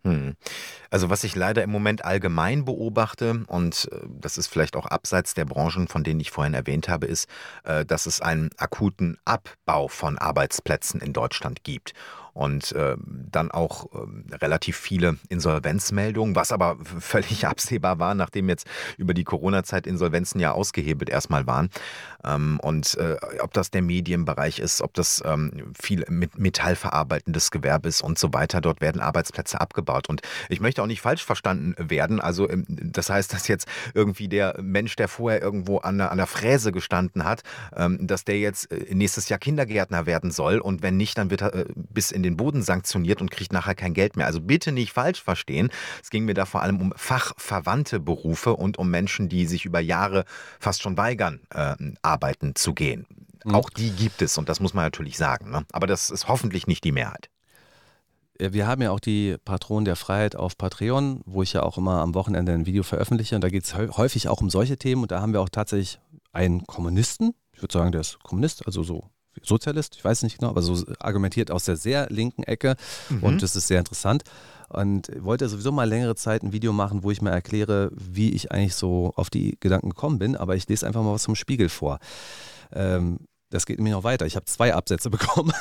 Hm. Also was ich leider im Moment allgemein beobachte, und äh, das ist vielleicht auch abseits der Branchen, von denen ich vorhin erwähnt habe, ist, äh, dass es einen akuten Abbau von Arbeitsplätzen in Deutschland gibt. Und äh, dann auch äh, relativ viele Insolvenzmeldungen, was aber v- völlig absehbar war, nachdem jetzt über die Corona-Zeit Insolvenzen ja ausgehebelt erstmal waren. Ähm, und äh, ob das der Medienbereich ist, ob das ähm, viel mit metallverarbeitendes Gewerbe ist und so weiter, dort werden Arbeitsplätze abgebaut. Und ich möchte auch nicht falsch verstanden werden. Also ähm, das heißt, dass jetzt irgendwie der Mensch, der vorher irgendwo an der, an der Fräse gestanden hat, ähm, dass der jetzt äh, nächstes Jahr Kindergärtner werden soll. Und wenn nicht, dann wird er äh, bis in den Boden sanktioniert und kriegt nachher kein Geld mehr. Also bitte nicht falsch verstehen. Es ging mir da vor allem um fachverwandte Berufe und um Menschen, die sich über Jahre fast schon weigern, äh, arbeiten zu gehen. Mhm. Auch die gibt es und das muss man natürlich sagen. Ne? Aber das ist hoffentlich nicht die Mehrheit. Äh, Wir haben ja auch die Patronen der Freiheit auf Patreon, wo ich ja auch immer am Wochenende ein Video veröffentliche. Und da geht es häufig auch um solche Themen. Und da haben wir auch tatsächlich einen Kommunisten. Ich würde sagen, der ist Kommunist, also so Sozialist, ich weiß nicht genau, aber so argumentiert aus der sehr linken Ecke. Mhm. Und das ist sehr interessant. Und wollte sowieso mal längere Zeit ein Video machen, wo ich mal erkläre, wie ich eigentlich so auf die Gedanken gekommen bin. Aber ich lese einfach mal was vom Spiegel vor. Ähm, Das geht nämlich noch weiter. Ich habe zwei Absätze bekommen.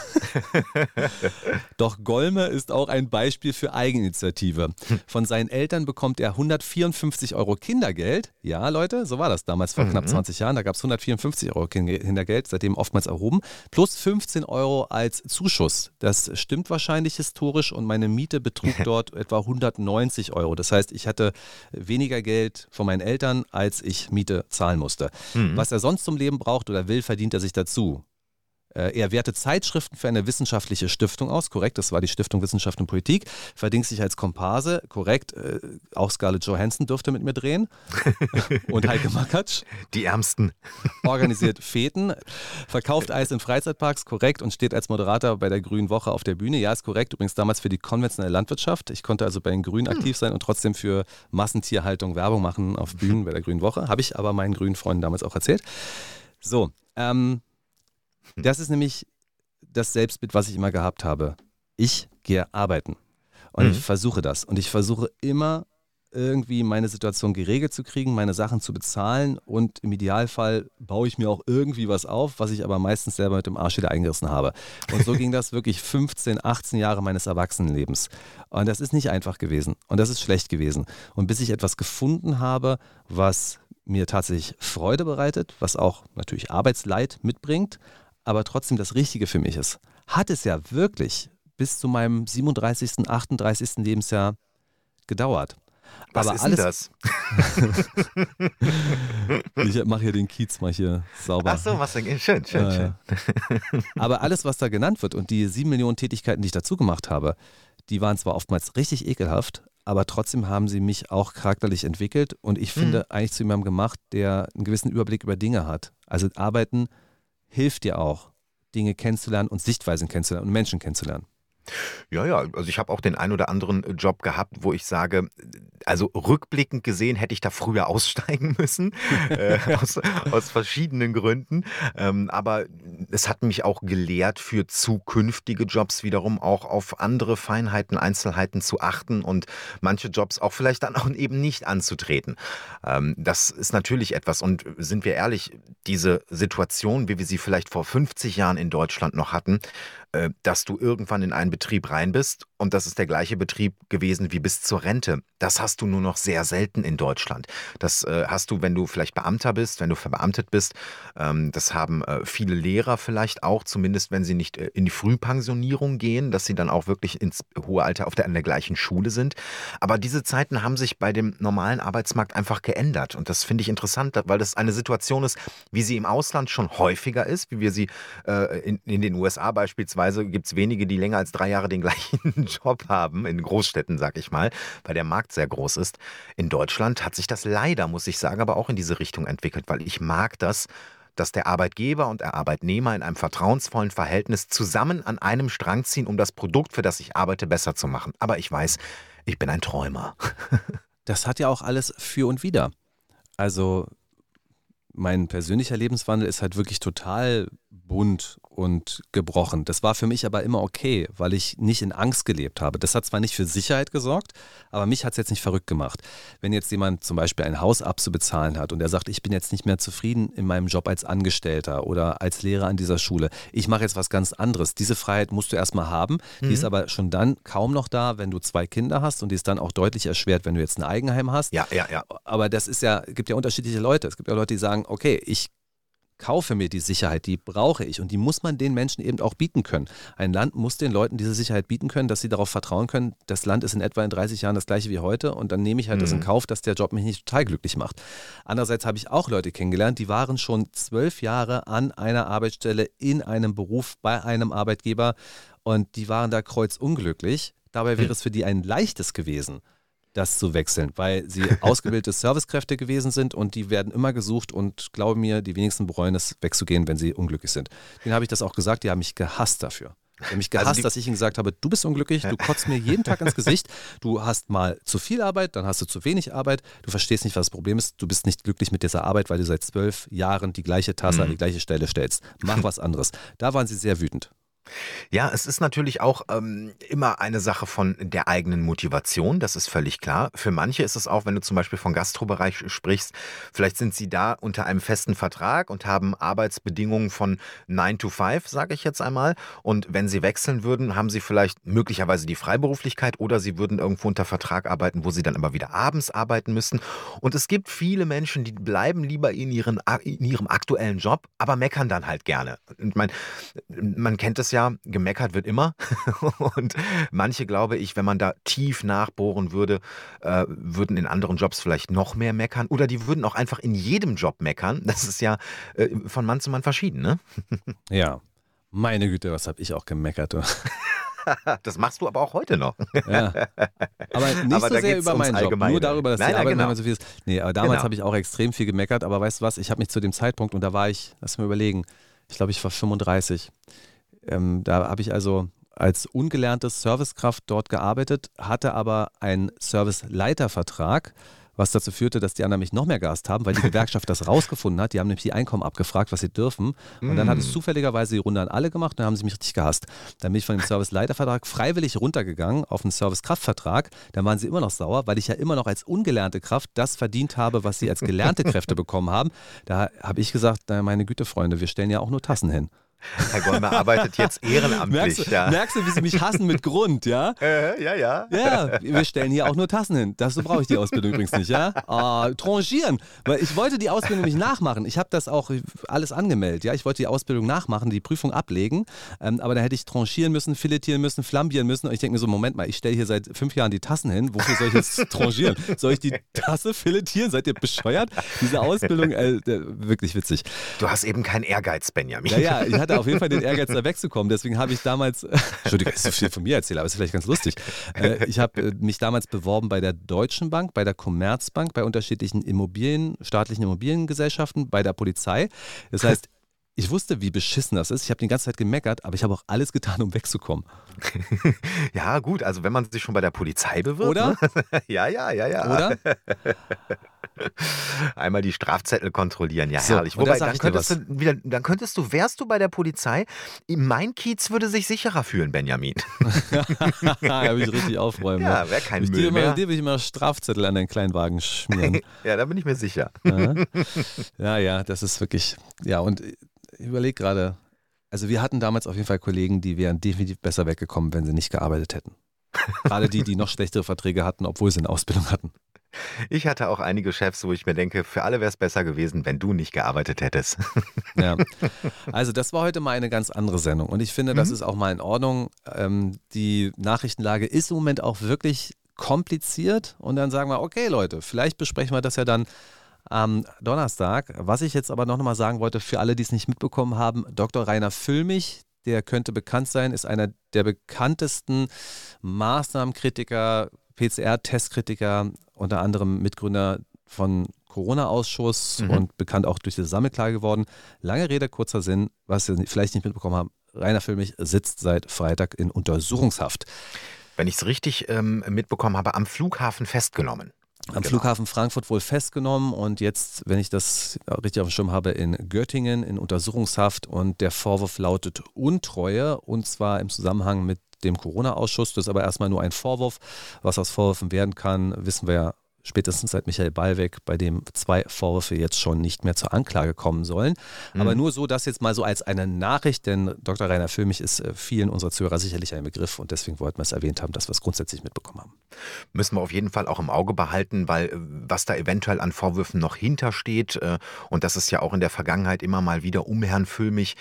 Doch Golme ist auch ein Beispiel für Eigeninitiative. Von seinen Eltern bekommt er hundertvierundfünfzig Euro Kindergeld. Ja, Leute, so war das damals vor Mhm. knapp zwanzig Jahren. Da gab es hundertvierundfünfzig Euro Kindergeld, seitdem oftmals erhoben. Plus fünfzehn Euro als Zuschuss. Das stimmt wahrscheinlich historisch und meine Miete betrug dort etwa hundertneunzig Euro. Das heißt, ich hatte weniger Geld von meinen Eltern, als ich Miete zahlen musste. Mhm. Was er sonst zum Leben braucht oder will, verdient er sich dazu. Äh, Er wertet Zeitschriften für eine wissenschaftliche Stiftung aus, korrekt, das war die Stiftung Wissenschaft und Politik, verdingt sich als Komparse, korrekt, äh, auch Scarlett Johansson dürfte mit mir drehen und Heike Makatsch, Die Ärmsten. organisiert Feten, verkauft Eis in Freizeitparks, korrekt, und steht als Moderator bei der Grünen Woche auf der Bühne, ja, ist korrekt, übrigens damals für die konventionelle Landwirtschaft, ich konnte also bei den Grünen aktiv sein und trotzdem für Massentierhaltung Werbung machen auf Bühnen bei der Grünen Woche, habe ich aber meinen grünen Freunden damals auch erzählt. So, ähm, das ist nämlich das Selbstbild, was ich immer gehabt habe. Ich gehe arbeiten und Mhm. ich versuche das. Und ich versuche immer irgendwie meine Situation geregelt zu kriegen, meine Sachen zu bezahlen und im Idealfall baue ich mir auch irgendwie was auf, was ich aber meistens selber mit dem Arsch wieder eingerissen habe. Und so ging das wirklich fünfzehn, achtzehn Jahre meines Erwachsenenlebens. Und das ist nicht einfach gewesen und das ist schlecht gewesen. Und bis ich etwas gefunden habe, was mir tatsächlich Freude bereitet, was auch natürlich Arbeitsleid mitbringt, aber trotzdem das Richtige für mich ist, hat es ja wirklich bis zu meinem siebenunddreißigsten, achtunddreißigsten Lebensjahr gedauert. Was aber ist alles, denn das? ich mache hier den Kiez mal hier sauber. Ach so, was denn? Schön, schön, Äh, schön. aber alles, was da genannt wird und die sieben Millionen Tätigkeiten, die ich dazu gemacht habe, die waren zwar oftmals richtig ekelhaft, aber trotzdem haben sie mich auch charakterlich entwickelt und ich Mhm. finde eigentlich zu jemandem gemacht, der einen gewissen Überblick über Dinge hat. Also Arbeiten hilft dir auch, Dinge kennenzulernen und Sichtweisen kennenzulernen und Menschen kennenzulernen. Ja, ja, also ich habe auch den ein oder anderen Job gehabt, wo ich sage, also rückblickend gesehen hätte ich da früher aussteigen müssen, äh, aus, aus verschiedenen Gründen. Ähm, aber es hat mich auch gelehrt, für zukünftige Jobs wiederum auch auf andere Feinheiten, Einzelheiten zu achten und manche Jobs auch vielleicht dann auch eben nicht anzutreten. Ähm, das ist natürlich etwas. Und sind wir ehrlich, diese Situation, wie wir sie vielleicht vor fünfzig Jahren in Deutschland noch hatten, äh, dass du irgendwann in einen Betrieb rein bist und das ist der gleiche Betrieb gewesen wie bis zur Rente. Das hast du nur noch sehr selten in Deutschland. Das äh, hast du, wenn du vielleicht Beamter bist, wenn du verbeamtet bist. Ähm, das haben äh, viele Lehrer vielleicht auch, zumindest wenn sie nicht äh, in die Frühpensionierung gehen, dass sie dann auch wirklich ins hohe Alter auf der, an der gleichen Schule sind. Aber diese Zeiten haben sich bei dem normalen Arbeitsmarkt einfach geändert und das finde ich interessant, weil das eine Situation ist, wie sie im Ausland schon häufiger ist, wie wir sie äh, in, in den U S A beispielsweise gibt es wenige, die länger als drei Jahre den gleichen Job haben, in Großstädten, sag ich mal, weil der Markt sehr groß ist. In Deutschland hat sich das leider, muss ich sagen, aber auch in diese Richtung entwickelt, weil ich mag das, dass der Arbeitgeber und der Arbeitnehmer in einem vertrauensvollen Verhältnis zusammen an einem Strang ziehen, um das Produkt, für das ich arbeite, besser zu machen. Aber ich weiß, ich bin ein Träumer. Das hat ja auch alles für und wider. Also mein persönlicher Lebenswandel ist halt wirklich total bunt und gebrochen. Das war für mich aber immer okay, weil ich nicht in Angst gelebt habe. Das hat zwar nicht für Sicherheit gesorgt, aber mich hat es jetzt nicht verrückt gemacht. Wenn jetzt jemand zum Beispiel ein Haus abzubezahlen hat und er sagt, ich bin jetzt nicht mehr zufrieden in meinem Job als Angestellter oder als Lehrer an dieser Schule, ich mache jetzt was ganz anderes. Diese Freiheit musst du erstmal haben. Die Mhm. ist aber schon dann kaum noch da, wenn du zwei Kinder hast, und die ist dann auch deutlich erschwert, wenn du jetzt ein Eigenheim hast. Ja, ja, ja. Aber das ist ja, gibt ja unterschiedliche Leute. Es gibt ja Leute, die sagen, okay, ich kaufe mir die Sicherheit, die brauche ich, und die muss man den Menschen eben auch bieten können. Ein Land muss den Leuten diese Sicherheit bieten können, dass sie darauf vertrauen können, das Land ist in etwa in dreißig Jahren das gleiche wie heute, und dann nehme ich halt das in Mhm. Kauf, dass der Job mich nicht total glücklich macht. Andererseits habe ich auch Leute kennengelernt, die waren schon zwölf Jahre an einer Arbeitsstelle in einem Beruf bei einem Arbeitgeber und die waren da kreuzunglücklich. Dabei wäre Hm. es für die ein leichtes gewesen, das zu wechseln, weil sie ausgebildete Servicekräfte gewesen sind, und die werden immer gesucht, und glaube mir, die wenigsten bereuen es, wegzugehen, wenn sie unglücklich sind. Denen habe ich das auch gesagt, die haben mich gehasst dafür. Die haben mich gehasst, Also die- dass ich ihnen gesagt habe, du bist unglücklich, du kotzt mir jeden Tag ins Gesicht, du hast mal zu viel Arbeit, dann hast du zu wenig Arbeit, du verstehst nicht, was das Problem ist, du bist nicht glücklich mit dieser Arbeit, weil du seit zwölf Jahren die gleiche Tasse an die Mhm. gleiche Stelle stellst. Mach was anderes. Da waren sie sehr wütend. Ja, es ist natürlich auch ähm, immer eine Sache von der eigenen Motivation, das ist völlig klar. Für manche ist es auch, wenn du zum Beispiel vom Gastrobereich sprichst, vielleicht sind sie da unter einem festen Vertrag und haben Arbeitsbedingungen von nine to five, sage ich jetzt einmal. Und wenn sie wechseln würden, haben sie vielleicht möglicherweise die Freiberuflichkeit, oder sie würden irgendwo unter Vertrag arbeiten, wo sie dann aber wieder abends arbeiten müssen. Und es gibt viele Menschen, die bleiben lieber in, ihren, in ihrem aktuellen Job, aber meckern dann halt gerne. Und mein, man kennt es ja, gemeckert wird immer. Und manche, glaube ich, wenn man da tief nachbohren würde, äh, würden in anderen Jobs vielleicht noch mehr meckern. Oder die würden auch einfach in jedem Job meckern. Das ist ja äh, von Mann zu Mann verschieden, ne? Ja, meine Güte, was habe ich auch gemeckert. Das machst du aber auch heute noch. Ja. Aber nicht Aber so da sehr geht's über ums meinen Job, Allgemeine. nur darüber, dass Nein, die nein, Arbeit genau. manchmal so viel ist. Nee, aber damals Genau. habe ich auch extrem viel gemeckert, aber weißt du was, ich habe mich zu dem Zeitpunkt, und da war ich, lass mir überlegen, ich glaube, ich war fünfunddreißig. Ähm, da habe ich also als ungelernte Servicekraft dort gearbeitet, hatte aber einen Serviceleitervertrag, was dazu führte, dass die anderen mich noch mehr gehasst haben, weil die Gewerkschaft das rausgefunden hat. Die haben nämlich die Einkommen abgefragt, was sie dürfen. Und dann hat es Mm. zufälligerweise die Runde an alle gemacht, und dann haben sie mich richtig gehasst. Dann bin ich von dem Serviceleitervertrag freiwillig runtergegangen auf einen Servicekraftvertrag. Dann waren sie immer noch sauer, weil ich ja immer noch als ungelernte Kraft das verdient habe, was sie als gelernte Kräfte bekommen haben. Da habe ich gesagt, na, meine Güte, Freunde, wir stellen ja auch nur Tassen hin. Herr Golmer arbeitet jetzt ehrenamtlich. Merkst du, ja. merkst du, wie sie mich hassen mit Grund, ja? Äh, ja, ja. Ja, wir stellen hier auch nur Tassen hin. Dazu brauche ich die Ausbildung übrigens nicht, ja? Ah, tranchieren, weil ich wollte die Ausbildung nicht nachmachen. Ich habe das auch alles angemeldet, ja? Ich wollte die Ausbildung nachmachen, die Prüfung ablegen, ähm, aber da hätte ich tranchieren müssen, filetieren müssen, flambieren müssen. Und ich denke mir so, Moment mal, ich stelle hier seit fünf Jahren die Tassen hin. Wofür soll ich jetzt tranchieren? Soll ich die Tasse filetieren? Seid ihr bescheuert? Diese Ausbildung, äh, äh, wirklich witzig. Du hast eben keinen Ehrgeiz, Benjamin. Ja, ja, ich hatte auf jeden Fall den Ehrgeiz, da wegzukommen. Deswegen habe ich damals, Entschuldigung, dass ich so viel von mir erzähle, aber es ist vielleicht ganz lustig. Äh, ich habe äh, mich damals beworben bei der Deutschen Bank, bei der Commerzbank, bei unterschiedlichen Immobilien, staatlichen Immobiliengesellschaften, bei der Polizei. Das heißt, ich wusste, wie beschissen das ist. Ich habe die ganze Zeit gemeckert, aber ich habe auch alles getan, um wegzukommen. Ja, gut, also wenn man sich schon bei der Polizei bewirbt. Oder? Ne? Ja, ja, ja, ja. Oder? Einmal die Strafzettel kontrollieren, ja So, herrlich. und da Wobei, sag dann ich dir könntest, du wieder, dann könntest du, wärst du bei der Polizei, mein Kiez würde sich sicherer fühlen, Benjamin. Da habe ich richtig aufräumen. Ja, ne? wäre kein Ich Müll dir, immer, mehr. dir will ich immer Strafzettel an deinen Kleinwagen schmieren. Ja, da bin ich mir sicher. Ja, ja, ja, das ist wirklich, ja, und ich überlege gerade, also wir hatten damals auf jeden Fall Kollegen, die wären definitiv besser weggekommen, wenn sie nicht gearbeitet hätten. Gerade die, die noch schlechtere Verträge hatten, obwohl sie eine Ausbildung hatten. Ich hatte auch einige Chefs, wo ich mir denke, für alle wäre es besser gewesen, wenn du nicht gearbeitet hättest. Ja. Also das war heute mal eine ganz andere Sendung, und ich finde, das Mhm. ist auch mal in Ordnung. Ähm, die Nachrichtenlage ist im Moment auch wirklich kompliziert, und dann sagen wir, okay Leute, vielleicht besprechen wir das ja dann am Donnerstag. Was ich jetzt aber noch mal sagen wollte, für alle, die es nicht mitbekommen haben, Doktor Rainer Füllmich, der könnte bekannt sein, ist einer der bekanntesten Maßnahmenkritiker, P C R-Testkritiker, unter anderem Mitgründer von Corona-Ausschuss Mhm. und bekannt auch durch diese Sammelklage geworden. Lange Rede, kurzer Sinn, was Sie vielleicht nicht mitbekommen haben, Rainer Füllmich sitzt seit Freitag in Untersuchungshaft. Wenn ich es richtig ähm, mitbekommen habe, am Flughafen festgenommen. am Flughafen Frankfurt wohl festgenommen und jetzt, wenn ich das richtig auf dem Schirm habe, in Göttingen in Untersuchungshaft und der Vorwurf lautet Untreue und zwar im Zusammenhang mit dem Corona-Ausschuss. Das ist aber erstmal nur ein Vorwurf. Was aus Vorwürfen werden kann, wissen wir ja spätestens seit Michael Ballweg, bei dem zwei Vorwürfe jetzt schon nicht mehr zur Anklage kommen sollen. Mhm. Aber nur so, das jetzt mal so als eine Nachricht, denn Doktor Rainer Füllmich ist vielen unserer Zuhörer sicherlich ein Begriff und deswegen wollten wir es erwähnt haben, dass wir es grundsätzlich mitbekommen haben. Müssen wir auf jeden Fall auch im Auge behalten, weil was da eventuell an Vorwürfen noch hintersteht und dass es ja auch in der Vergangenheit immer mal wieder um Herrn Füllmich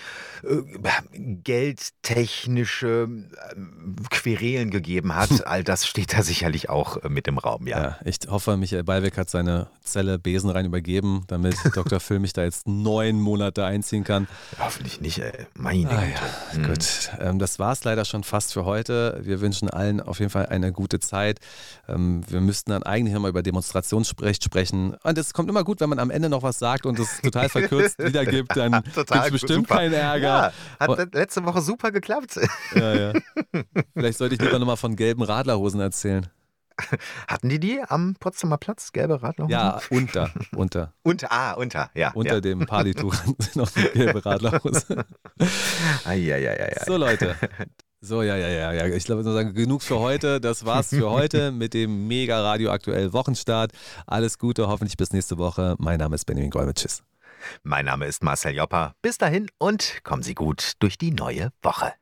geldtechnische Querelen gegeben hat, all das steht da sicherlich auch mit im Raum. Ja, ja ich hoffe, Michael Ballweg hat seine Zelle besenrein übergeben, damit Doktor Füllmich da jetzt neun Monate einziehen kann. Hoffentlich nicht, ey. Meine ah, Güte. Ja. Mhm. Gut, ähm, das war es leider schon fast für heute. Wir wünschen allen auf jeden Fall eine gute Zeit. Ähm, wir müssten dann eigentlich nochmal über Demonstrationsrecht sprechen. Und es kommt immer gut, wenn man am Ende noch was sagt und es total verkürzt wiedergibt, dann gibt es bestimmt super. keinen Ärger. Ja, hat letzte Woche super geklappt. Ja, ja. Vielleicht sollte ich lieber nochmal von gelben Radlerhosen erzählen. Hatten die die am Potsdamer Platz, gelbe Radlerhosen? Ja, unter. Unter, unter ah, unter, ja. Unter ja. dem Partytuch noch eine gelbe Radlerhose. Eieieiei. So, Leute. So, ja, ja, ja, ja. Ich glaube, ich muss sagen, genug für heute. Das war's für heute mit dem Mega Radio Aktuell Wochenstart. Alles Gute, hoffentlich bis nächste Woche. Mein Name ist Benjamin Golme. Tschüss. Mein Name ist Marcel Joppa. Bis dahin und kommen Sie gut durch die neue Woche.